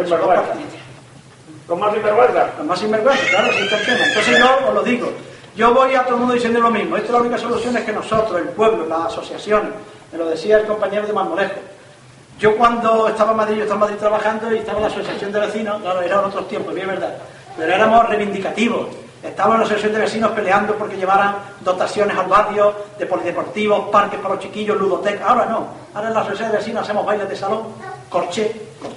¿Con más sinvergüenza? Con más sinvergüenza, claro, sí está el tema. Entonces yo os lo digo, yo voy a todo el mundo diciendo lo mismo. Esta es la única solución, es que nosotros, el pueblo, las asociaciones, me lo decía el compañero de Marmolejo. Yo cuando estaba en Madrid, yo estaba en Madrid trabajando y estaba en la asociación de vecinos, claro, eran otros tiempos, bien verdad, pero éramos reivindicativos. Estábamos en la asociación de vecinos peleando porque llevaran dotaciones al barrio de polideportivos, parques para los chiquillos, ludotecas. Ahora no. Ahora en la asociación de vecinos hacemos bailes de salón, corché.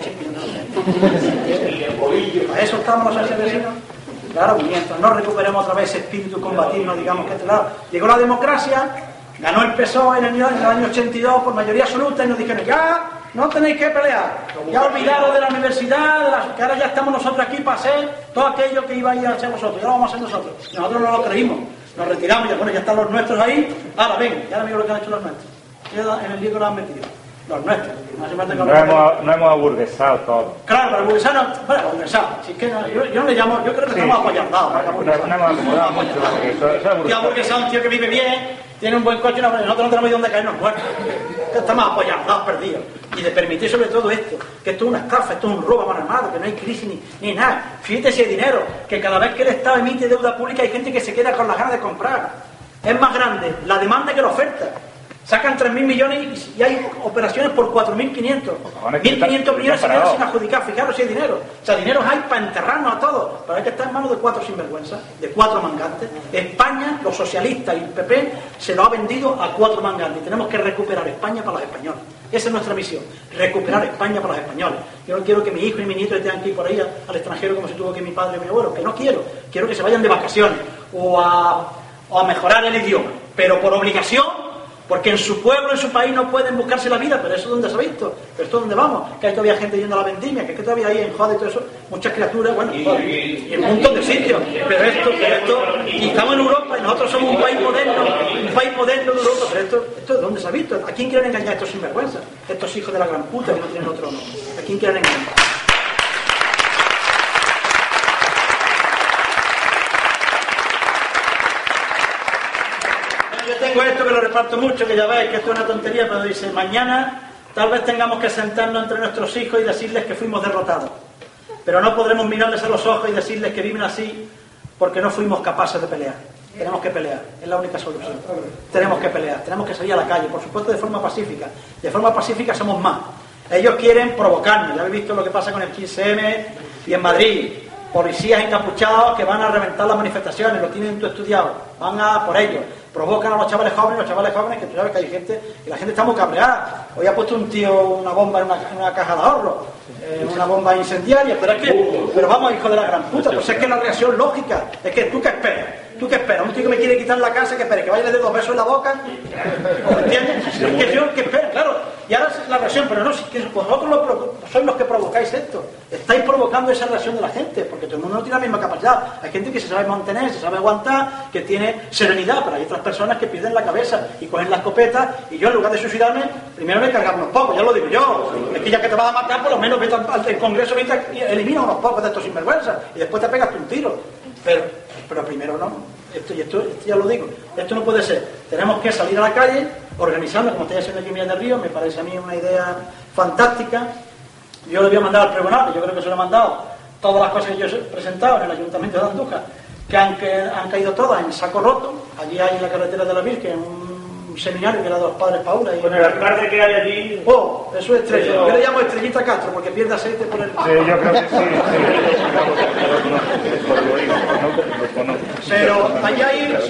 Para eso estamos en la asociación de vecinos. Claro, mientras no recuperemos otra vez ese espíritu combativo, digamos que llegó la democracia, ganó el PSOE en el año 82 por mayoría absoluta y nos dijeron ya no tenéis que pelear, ya olvidaros de la universidad, que ahora ya estamos nosotros aquí para hacer todo aquello que ibais a hacer vosotros, ya lo vamos a hacer nosotros. Y nosotros no lo creímos, nos retiramos, ya bueno, ya están los nuestros ahí, ahora ven, ya mira lo que han hecho los nuestros. En el libro lo han metido, los nuestros. No hemos aburguesado todo. Claro, aburguesado, bueno, aburguesado, si es que yo no le llamo, yo creo que estamos apoyados. No hemos acomodado mucho, tío aburguesado, un tío que vive bien, tiene un buen coche, nosotros no tenemos ni dónde caernos muertos. Estamos apoyados, perdidos. Y de permitir sobre todo esto, que esto es una estafa, esto es un robo a mano armada, que no hay crisis ni nada. Fíjate si hay dinero, que cada vez que el Estado emite deuda pública hay gente que se queda con las ganas de comprar. Es más grande la demanda que la oferta. Sacan 3.000 millones y hay operaciones por 4.500. 1.500 millones se quedan sin adjudicar. Fijaros si hay dinero. O sea, dinero hay para enterrarnos a todos. Pero hay que estar en manos de 4 sinvergüenzas, de 4 mangantes. España, los socialistas y el PP se lo ha vendido a 4 mangantes. Y tenemos que recuperar España para los españoles. Esa es nuestra misión. Recuperar España para los españoles. Yo no quiero que mi hijo y mi nieto tengan que ir por ahí al extranjero como si tuvo que mi padre y mi abuelo. Que no quiero. Quiero que se vayan de vacaciones o a mejorar el idioma. Pero por obligación. Porque en su pueblo, en su país no pueden buscarse la vida, pero eso es donde se ha visto, pero esto es donde vamos, que hay todavía gente yendo a la vendimia, que todavía hay en Joda y todo eso, muchas criaturas, bueno, y en un montón de sitios, pero esto, y estamos en Europa y nosotros somos un país moderno moderno de Europa, pero esto ¿dónde se ha visto? ¿A quién quieren engañar estos sinvergüenzas? Estos hijos de la gran puta que no tienen otro nombre. ¿A quién quieren engañar? Yo tengo esto que lo reparto mucho, que ya veis que esto es una tontería, pero dice, mañana tal vez tengamos que sentarnos entre nuestros hijos y decirles que fuimos derrotados. Pero no podremos mirarles a los ojos y decirles que viven así porque no fuimos capaces de pelear. Tenemos que pelear, es la única solución. Tenemos que pelear, tenemos que salir a la calle, por supuesto de forma pacífica. De forma pacífica somos más. Ellos quieren provocarnos, ya habéis visto lo que pasa con el 15M y en Madrid. Policías encapuchados que van a reventar las manifestaciones, lo tienen todo estudiado, van a por ellos, provocan a los chavales jóvenes que tú sabes que hay gente, y la gente está muy cabreada. Hoy ha puesto un tío una bomba en una caja de ahorro, una bomba incendiaria, pero vamos, hijo de la gran puta, pues es que la reacción lógica es que tú qué esperas. ¿Tú qué esperas? ¿Un tío que me quiere quitar la casa? ¿Que espere? ¿Que vaya y le dé 2 besos en la boca? ¿Entiendes? Es que yo, ¿qué espera? Claro. Y ahora es la reacción, pero no, si que vosotros sois los que provocáis esto. Estáis provocando esa reacción de la gente, porque todo el mundo no tiene la misma capacidad. Hay gente que se sabe mantener, se sabe aguantar, que tiene serenidad, pero hay otras personas que pierden la cabeza y cogen la escopeta, y yo en lugar de suicidarme, primero me he cargado unos pocos, ya lo digo yo. Es que ya que te vas a matar, por lo menos vete al Congreso y elimina unos pocos de estos sinvergüenzas, y después te pegas un tiro. Pero primero no, esto ya lo digo, esto no puede ser. Tenemos que salir a la calle, organizando, como estoy haciendo aquí en Villar del Río, me parece a mí una idea fantástica. Yo le voy a mandar al pregonal, yo creo que se lo he mandado, todas las cosas que yo he presentado en el Ayuntamiento de Andújar, que han caído todas en saco roto. Allí hay en la carretera de la Virgen un seminario que era de los padres Paula. Con el alcalde que hay allí... Oh, eso es estrella. Yo le llamo Estrellita Castro porque pierde aceite por el... Sí, yo creo que sí. Pero allí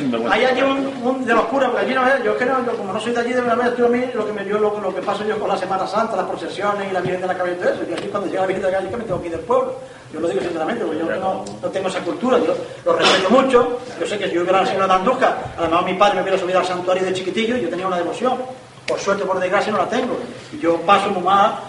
hay un de los curas, porque allí no es, yo como no soy de allí, de verdad, a mí lo que paso yo con la Semana Santa, las procesiones y la Virgen de la Cabeza y todo eso, y aquí cuando llega la Virgen de la Cabeza me tengo que ir del pueblo. Yo lo digo sinceramente, porque yo no tengo esa cultura, yo lo respeto mucho. Yo sé que si yo hubiera nacido en Andújar, además mi padre me hubiera subido al santuario de chiquitillo y yo tenía una devoción. Por suerte, por desgracia, no la tengo. Y yo lo paso muy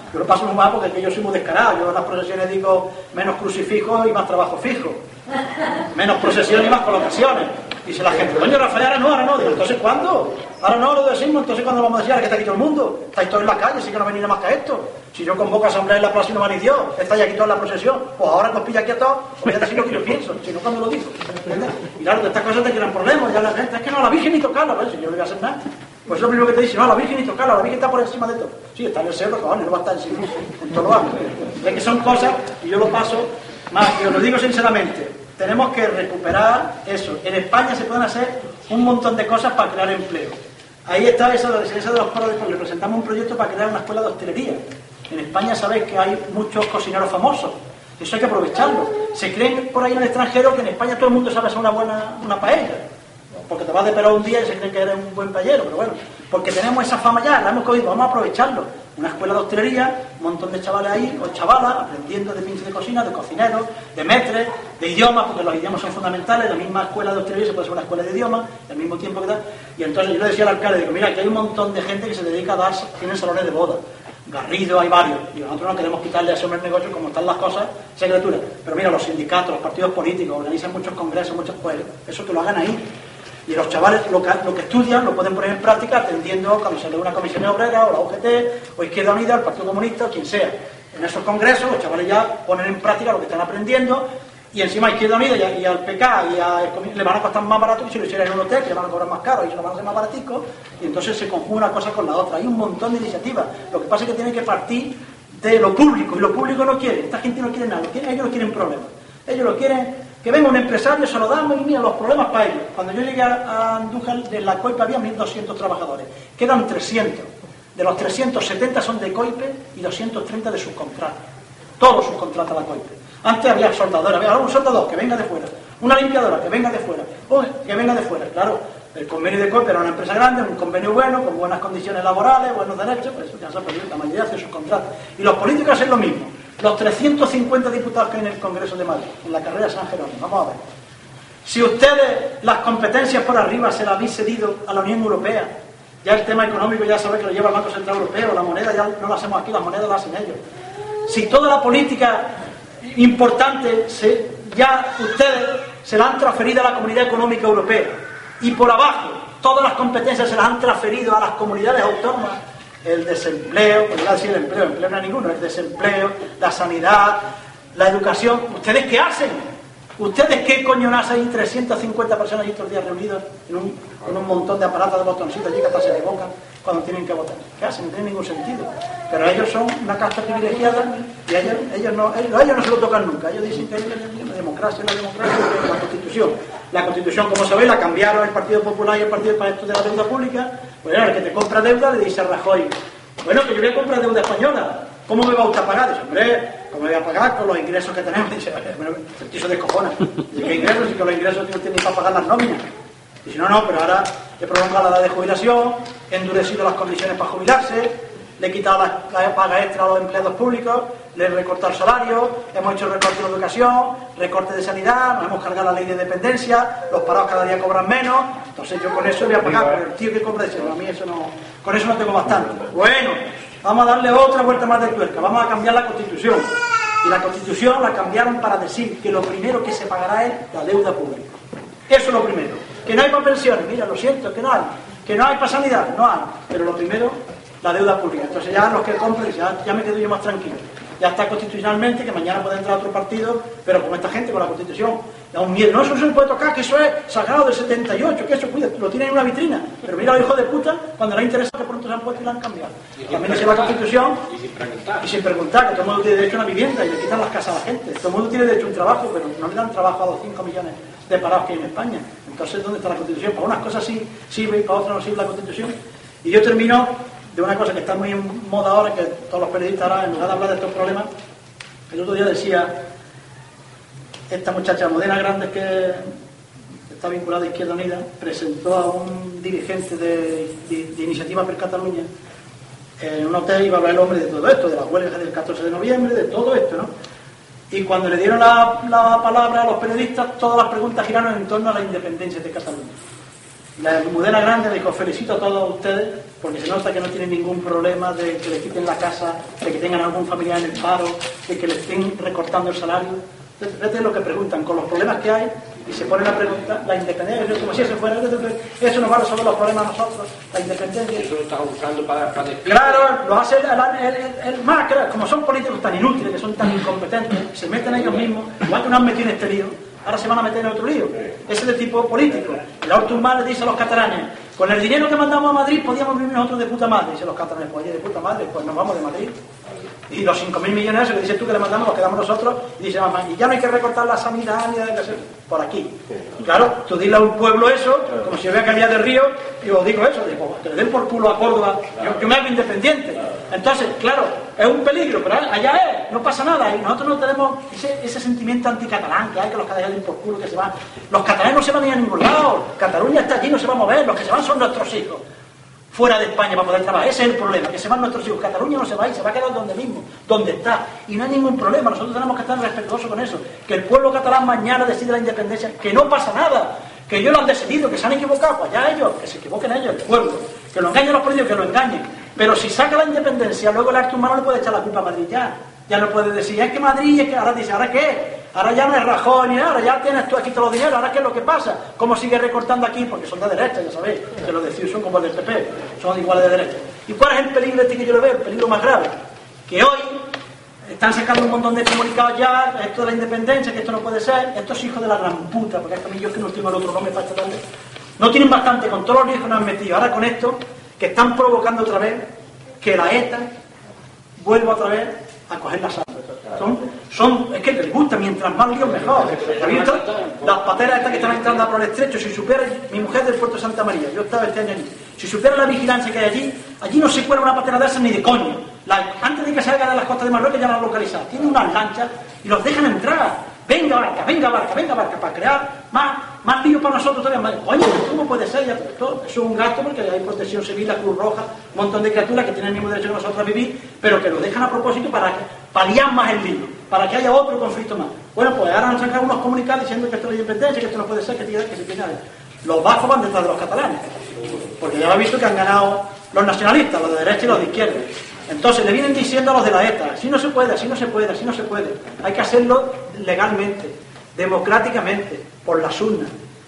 mal porque es que yo soy muy descarado. Yo en las procesiones digo menos crucifijos y más trabajo fijo. Menos procesiones y más colocaciones. Dice la gente, coño, Rafael, ahora no. Digo, ¿entonces cuándo? Ahora no lo decimos, entonces ¿cuándo vamos a decir ahora que está aquí todo el mundo? Estáis todos en la calle, sí que no venís nada más que esto. Si yo convoco a asamblea en la plaza y no va ni Dios, estáis aquí todos en la procesión, pues ahora nos pilla aquí a todos, os voy a decir lo que yo pienso, si no cuando lo digo. ¿Entiendes? Y claro, de estas cosas te crean problemas, ya la gente, es que no, la Virgen ni tocarla, ¿ves? Si yo no voy a hacer nada. Pues es lo mismo que te dice, no, la Virgen ni tocarla, la Virgen está por encima de todo. Sí, está en el cerro, cojones, no va a estar encima, en todo lo alto. Es que son cosas, y yo lo paso más, y os lo digo sinceramente, tenemos que recuperar eso. En España se pueden hacer un montón de cosas para crear empleo. Ahí está esa de la residencia de los paros, le presentamos un proyecto para crear una escuela de hostelería. En España sabéis que hay muchos cocineros famosos, eso hay que aprovecharlo. Se creen por ahí en el extranjero que en España todo el mundo sabe hacer una paella, porque te vas de Perú un día y se creen que eres un buen paellero, pero bueno, porque tenemos esa fama ya, la hemos cogido, vamos a aprovecharlo. Una escuela de hostelería, un montón de chavales ahí, o chavalas, aprendiendo de pinche de cocina, de cocineros, de maîtres, de idiomas, porque los idiomas son fundamentales. La misma escuela de hostelería se puede ser una escuela de idiomas, al mismo tiempo que tal. Y entonces yo le decía al alcalde, digo, mira, aquí hay un montón de gente que se dedica a dar, tienen salones de boda. Garrido hay varios, y nosotros no queremos quitarle a ese hombre el negocio como están las cosas, esa criatura. Pero mira, los sindicatos, los partidos políticos organizan muchos congresos, muchos pueblos, eso que lo hagan ahí. Y los chavales lo que estudian lo pueden poner en práctica atendiendo cuando se lee una comisión obrera o la UGT o Izquierda Unida, el Partido Comunista o quien sea. En esos congresos los chavales ya ponen en práctica lo que están aprendiendo y encima a Izquierda Unida y al PK le van a costar más barato que si lo hicieran en un hotel, que le van a cobrar más caro y se lo van a hacer más baratico, y entonces se conjuga una cosa con la otra. Hay un montón de iniciativas. Lo que pasa es que tienen que partir de lo público, y lo público no quiere. Esta gente no quiere nada, ellos no quieren problemas. Ellos lo quieren que venga un empresario, se lo damos y mira los problemas para ellos. Cuando yo llegué a Andújar, de la COIPE había 1.200 trabajadores, quedan 300. De los 370 son de COIPE y 230 de subcontratas. Todos subcontratan la COIPE. Antes había soldadores, había un soldador que venga de fuera, una limpiadora que venga de fuera, que venga de fuera. Claro, el convenio de COIPE era una empresa grande, un convenio bueno, con buenas condiciones laborales, buenos derechos, pues eso ya se ha perdido, la mayoría hace subcontratas. Y los políticos hacen lo mismo. Los 350 diputados que hay en el Congreso de Madrid, en la carrera de San Jerónimo, vamos a ver. Si ustedes las competencias por arriba se las habéis cedido a la Unión Europea, ya el tema económico ya sabéis que lo lleva el Banco Central Europeo, la moneda ya no la hacemos aquí, la moneda la hacen ellos. Si toda la política importante ya ustedes se la han transferido a la Comunidad Económica Europea, y por abajo todas las competencias se las han transferido a las comunidades autónomas. El desempleo, pues iba a decir el empleo no hay ninguno, el desempleo, la sanidad, la educación. ¿Ustedes qué hacen? ¿Ustedes qué coño hacen ahí 350 personas allí todos los días reunidos en un montón de aparatos de botoncitos allí que hasta se equivocan cuando tienen que votar? ¿Qué hacen? No tiene ningún sentido. Pero ellos son una casta privilegiada y ellos no se lo tocan nunca. Ellos dicen que la democracia, la Constitución. La Constitución, como sabéis, la cambiaron el Partido Popular y el Partido para esto de la deuda pública. Pues el que te compra deuda le dice a Rajoy, bueno, que yo voy a comprar deuda española. ¿Cómo me va usted a pagar? Dice, hombre, ¿cómo me voy a pagar con los ingresos que tenemos? Dice, bueno, el tío se descojona. Dice, ¿qué ingresos? Y que los ingresos no tienen para pagar las nóminas. Dice, no, pero ahora he prolongado la edad de jubilación, he endurecido las condiciones para jubilarse, le he quitado la paga extra a los empleados públicos, le he recortado el salario, hemos hecho recorte de educación, recorte de sanidad, nos hemos cargado la ley de dependencia, los parados cada día cobran menos, entonces yo con eso voy a pagar, pero el tío que compra dice, no, a mí eso no, con eso no tengo bastante. Bueno, vamos a darle otra vuelta más de tuerca, vamos a cambiar la Constitución. Y la Constitución la cambiaron para decir que lo primero que se pagará es la deuda pública. Eso es lo primero. Que no hay para pensiones, mira, lo siento, que no hay. Que no hay para sanidad, no hay. Pero lo primero, la deuda pública. Entonces ya los que compren, ya me quedo yo más tranquilo. Ya está constitucionalmente, que mañana puede entrar otro partido, pero con esta gente, con la Constitución, da un miedo. No, eso se puede tocar, que eso es sagrado del 78, que eso cuida, lo tienen en una vitrina. Pero mira, los hijos de puta, cuando les interesa, que pronto se han puesto y la han cambiado. También dice la Constitución, y sin preguntar, que todo el mundo tiene derecho a una vivienda y le quitan las casas a la gente. Todo el mundo tiene derecho a un trabajo, pero no le dan trabajo a los 5 millones de parados que hay en España. Entonces, ¿dónde está la Constitución? Para unas cosas sí sirve y para otras no sirve la Constitución. Y yo termino de una cosa que está muy en moda ahora, que todos los periodistas ahora, en lugar de hablar de estos problemas, el otro día decía esta muchacha Modena Grandes, que está vinculada a Izquierda Unida, presentó a un dirigente de Iniciativa per Cataluña en un hotel, iba a hablar el hombre de todo esto, de las huelgas del 14 de noviembre, de todo esto, ¿no? Y cuando le dieron la palabra a los periodistas, todas las preguntas giraron en torno a la independencia de Cataluña. La Modena Grande le dijo, felicito a todos ustedes, porque se nota que no tienen ningún problema de que les quiten la casa, de que tengan algún familiar en el paro, de que les estén recortando el salario. Entonces, fíjate lo que preguntan, con los problemas que hay, y se ponen a preguntar, la independencia, como si eso fuera, eso nos va a resolver los problemas a nosotros, la independencia. Eso lo están usando para decir. Claro, lo hace el MAC, como son políticos tan inútiles, que son tan incompetentes, se meten ellos mismos, igual que nos han metido en este lío, ahora se van a meter en otro lío. Ese es de tipo político. El Artur le dice a los catalanes, con el dinero que mandamos a Madrid podíamos vivir nosotros de puta madre. Dicen los catalanes, pues oye, de puta madre, pues nos vamos de Madrid. Y los 5.000 millones que dices tú que le mandamos los quedamos nosotros, y dice mamá, y ya no hay que recortar la sanidad ni de hacer por aquí. Claro, tú dile a un pueblo eso, como si yo voy a cambiar del río, y os digo eso, digo, que le den por culo a Córdoba, yo me hago independiente. Entonces, claro, es un peligro, pero allá es, no pasa nada, y nosotros no tenemos ese sentimiento anticatalán que hay, que los catalanes den por culo, que se van. Los catalanes no se van a ir a ningún lado, Cataluña está allí, no se va a mover, los que se van son nuestros hijos. Fuera de España para poder trabajar, ese es el problema, que se van nuestros hijos. Cataluña no se va y se va a quedar donde mismo, donde está, y no hay ningún problema. Nosotros tenemos que estar respetuosos con eso, que el pueblo catalán mañana decide la independencia, que no pasa nada, que ellos lo han decidido, que se han equivocado, pues ya ellos, que se equivoquen ellos, el pueblo, que lo engañen los políticos, que lo engañen, pero si saca la independencia, luego el Artur Mas no le puede echar la culpa a Madrid ya no puede decir, es que Madrid, es que ahora dice, ¿ahora qué? Ahora ya no es Rajoy ni ahora ya tienes tú aquí todos los dineros, ¿ahora qué es lo que pasa? ¿Cómo sigue recortando aquí? Porque son de derecha, ya sabéis, que los de CIU son como el del PP, son iguales de derecha. ¿Y cuál es el peligro que yo le veo? El peligro más grave, que hoy están sacando un montón de comunicados ya, esto de la independencia, que esto no puede ser, estos hijos de la gran puta, porque es que yo que no tengo el otro nombre para esta tarde, no tienen bastante con todos los líos que nos han metido, ahora con esto, que están provocando otra vez que la ETA vuelva otra vez a coger las armas. Es que les gusta, mientras más líos mejor. Las pateras estas que están entrando por el estrecho, si supiera, mi mujer del puerto de Santa María, yo estaba este año allí, si supiera la vigilancia que hay allí no se cuela una patera de esas ni de coño. Antes de que salgan de las costas de Marruecos ya la han localizado. Tienen unas lanchas y los dejan entrar. Venga barca, para crear más lío para nosotros todavía. Coño, ¿cómo puede ser? Esto es un gasto porque hay protección civil, la Cruz Roja, un montón de criaturas que tienen el mismo derecho que nosotros a vivir, pero que lo dejan a propósito para paliar más el lío, para que haya otro conflicto más. Bueno, pues ahora han sacado unos comunicados diciendo que esto es la independencia, que esto no puede ser, que se tiene. Los vascos van detrás de los catalanes, porque ya lo he visto que han ganado los nacionalistas, los de derecha y los de izquierda. Entonces le vienen diciendo a los de la ETA, así no se puede. Hay que hacerlo legalmente, democráticamente, por las urnas.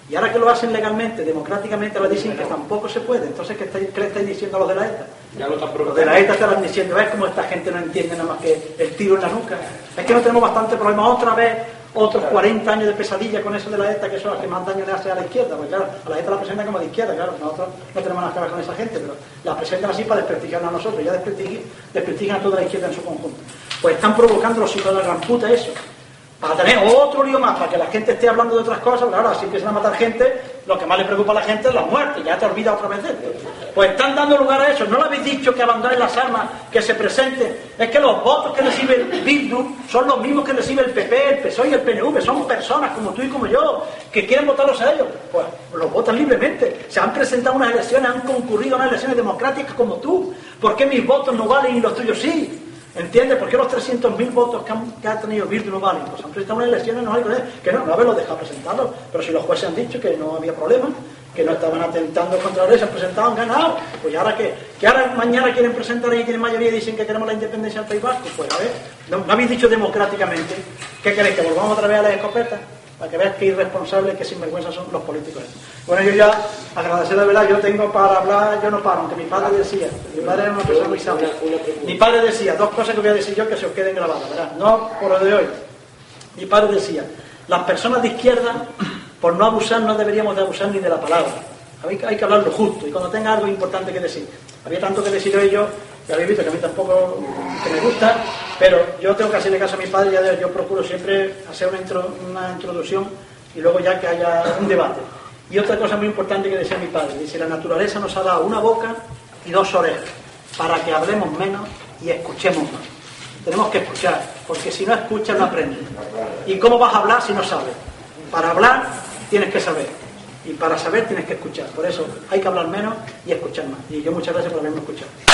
Y ahora que lo hacen legalmente, democráticamente, ahora dicen que tampoco se puede. Entonces, ¿qué le estáis diciendo a los de la ETA? Ya lo están Los de la ETA estaban diciendo, ¿ves cómo esta gente no entiende nada más que el tiro en la nuca? Es que no tenemos bastante problema. Otra vez, otros 40 años de pesadilla con eso de la ETA, que son los que más daño le hace a la izquierda. Porque claro, a la ETA la presentan como de izquierda, claro. Nosotros no tenemos nada que ver con esa gente, pero la presentan así para desprestigiarnos a nosotros. Ya desprestigian a toda la izquierda en su conjunto. Pues están provocando los hijos de la gran puta eso. Para tener otro lío más, para que la gente esté hablando de otras cosas, claro, así empiezan a matar gente, lo que más le preocupa a la gente es la muerte, ya te olvidas otra vez de esto. Pues están dando lugar a eso, no le habéis dicho que abandonen las armas, que se presenten, es que los votos que recibe el Bildu son los mismos que recibe el PP, el PSOE y el PNV, son personas como tú y como yo, que quieren votarlos a ellos, pues los votan libremente, se han presentado unas elecciones, han concurrido a unas elecciones democráticas como tú, ¿por qué mis votos no valen y los tuyos sí? ¿Entiendes? ¿Por qué los 300.000 votos que ha tenido Bildu no valen? Pues han presentado unas elecciones, no hay que no haberlos dejado presentarlos, pero si los jueces han dicho que no había problema, que no estaban atentando contra la ley, se han presentado, han ganado, pues ahora que ahora mañana quieren presentar y tienen mayoría y dicen que queremos la independencia del País Vasco, pues a ver, no habéis dicho democráticamente, ¿qué queréis? ¿Que volvamos otra vez a las escopetas? Para que veas qué irresponsables, qué sinvergüenzas son los políticos. Bueno, yo ya, agradecer de verdad, yo tengo para hablar, yo no paro, aunque mi padre decía, mi padre era una persona muy sabia. Mi padre decía, dos cosas que voy a decir yo que se os queden grabadas, ¿verdad? No por lo de hoy. Mi padre decía, las personas de izquierda, por no abusar, no deberíamos de abusar ni de la palabra. Hay que hablar lo justo, y cuando tenga algo importante que decir. Había tanto que decir hoy yo, que habéis visto que a mí tampoco que me gusta, pero yo tengo que hacerle caso a mi padre, ya yo procuro siempre hacer una introducción y luego ya que haya un debate. Y otra cosa muy importante que decía mi padre, dice, la naturaleza nos ha dado una boca y dos orejas, para que hablemos menos y escuchemos más. Tenemos que escuchar, porque si no escuchas no aprendes. ¿Y cómo vas a hablar si no sabes? Para hablar tienes que saber, y para saber tienes que escuchar. Por eso hay que hablar menos y escuchar más. Y yo muchas gracias por haberme escuchado.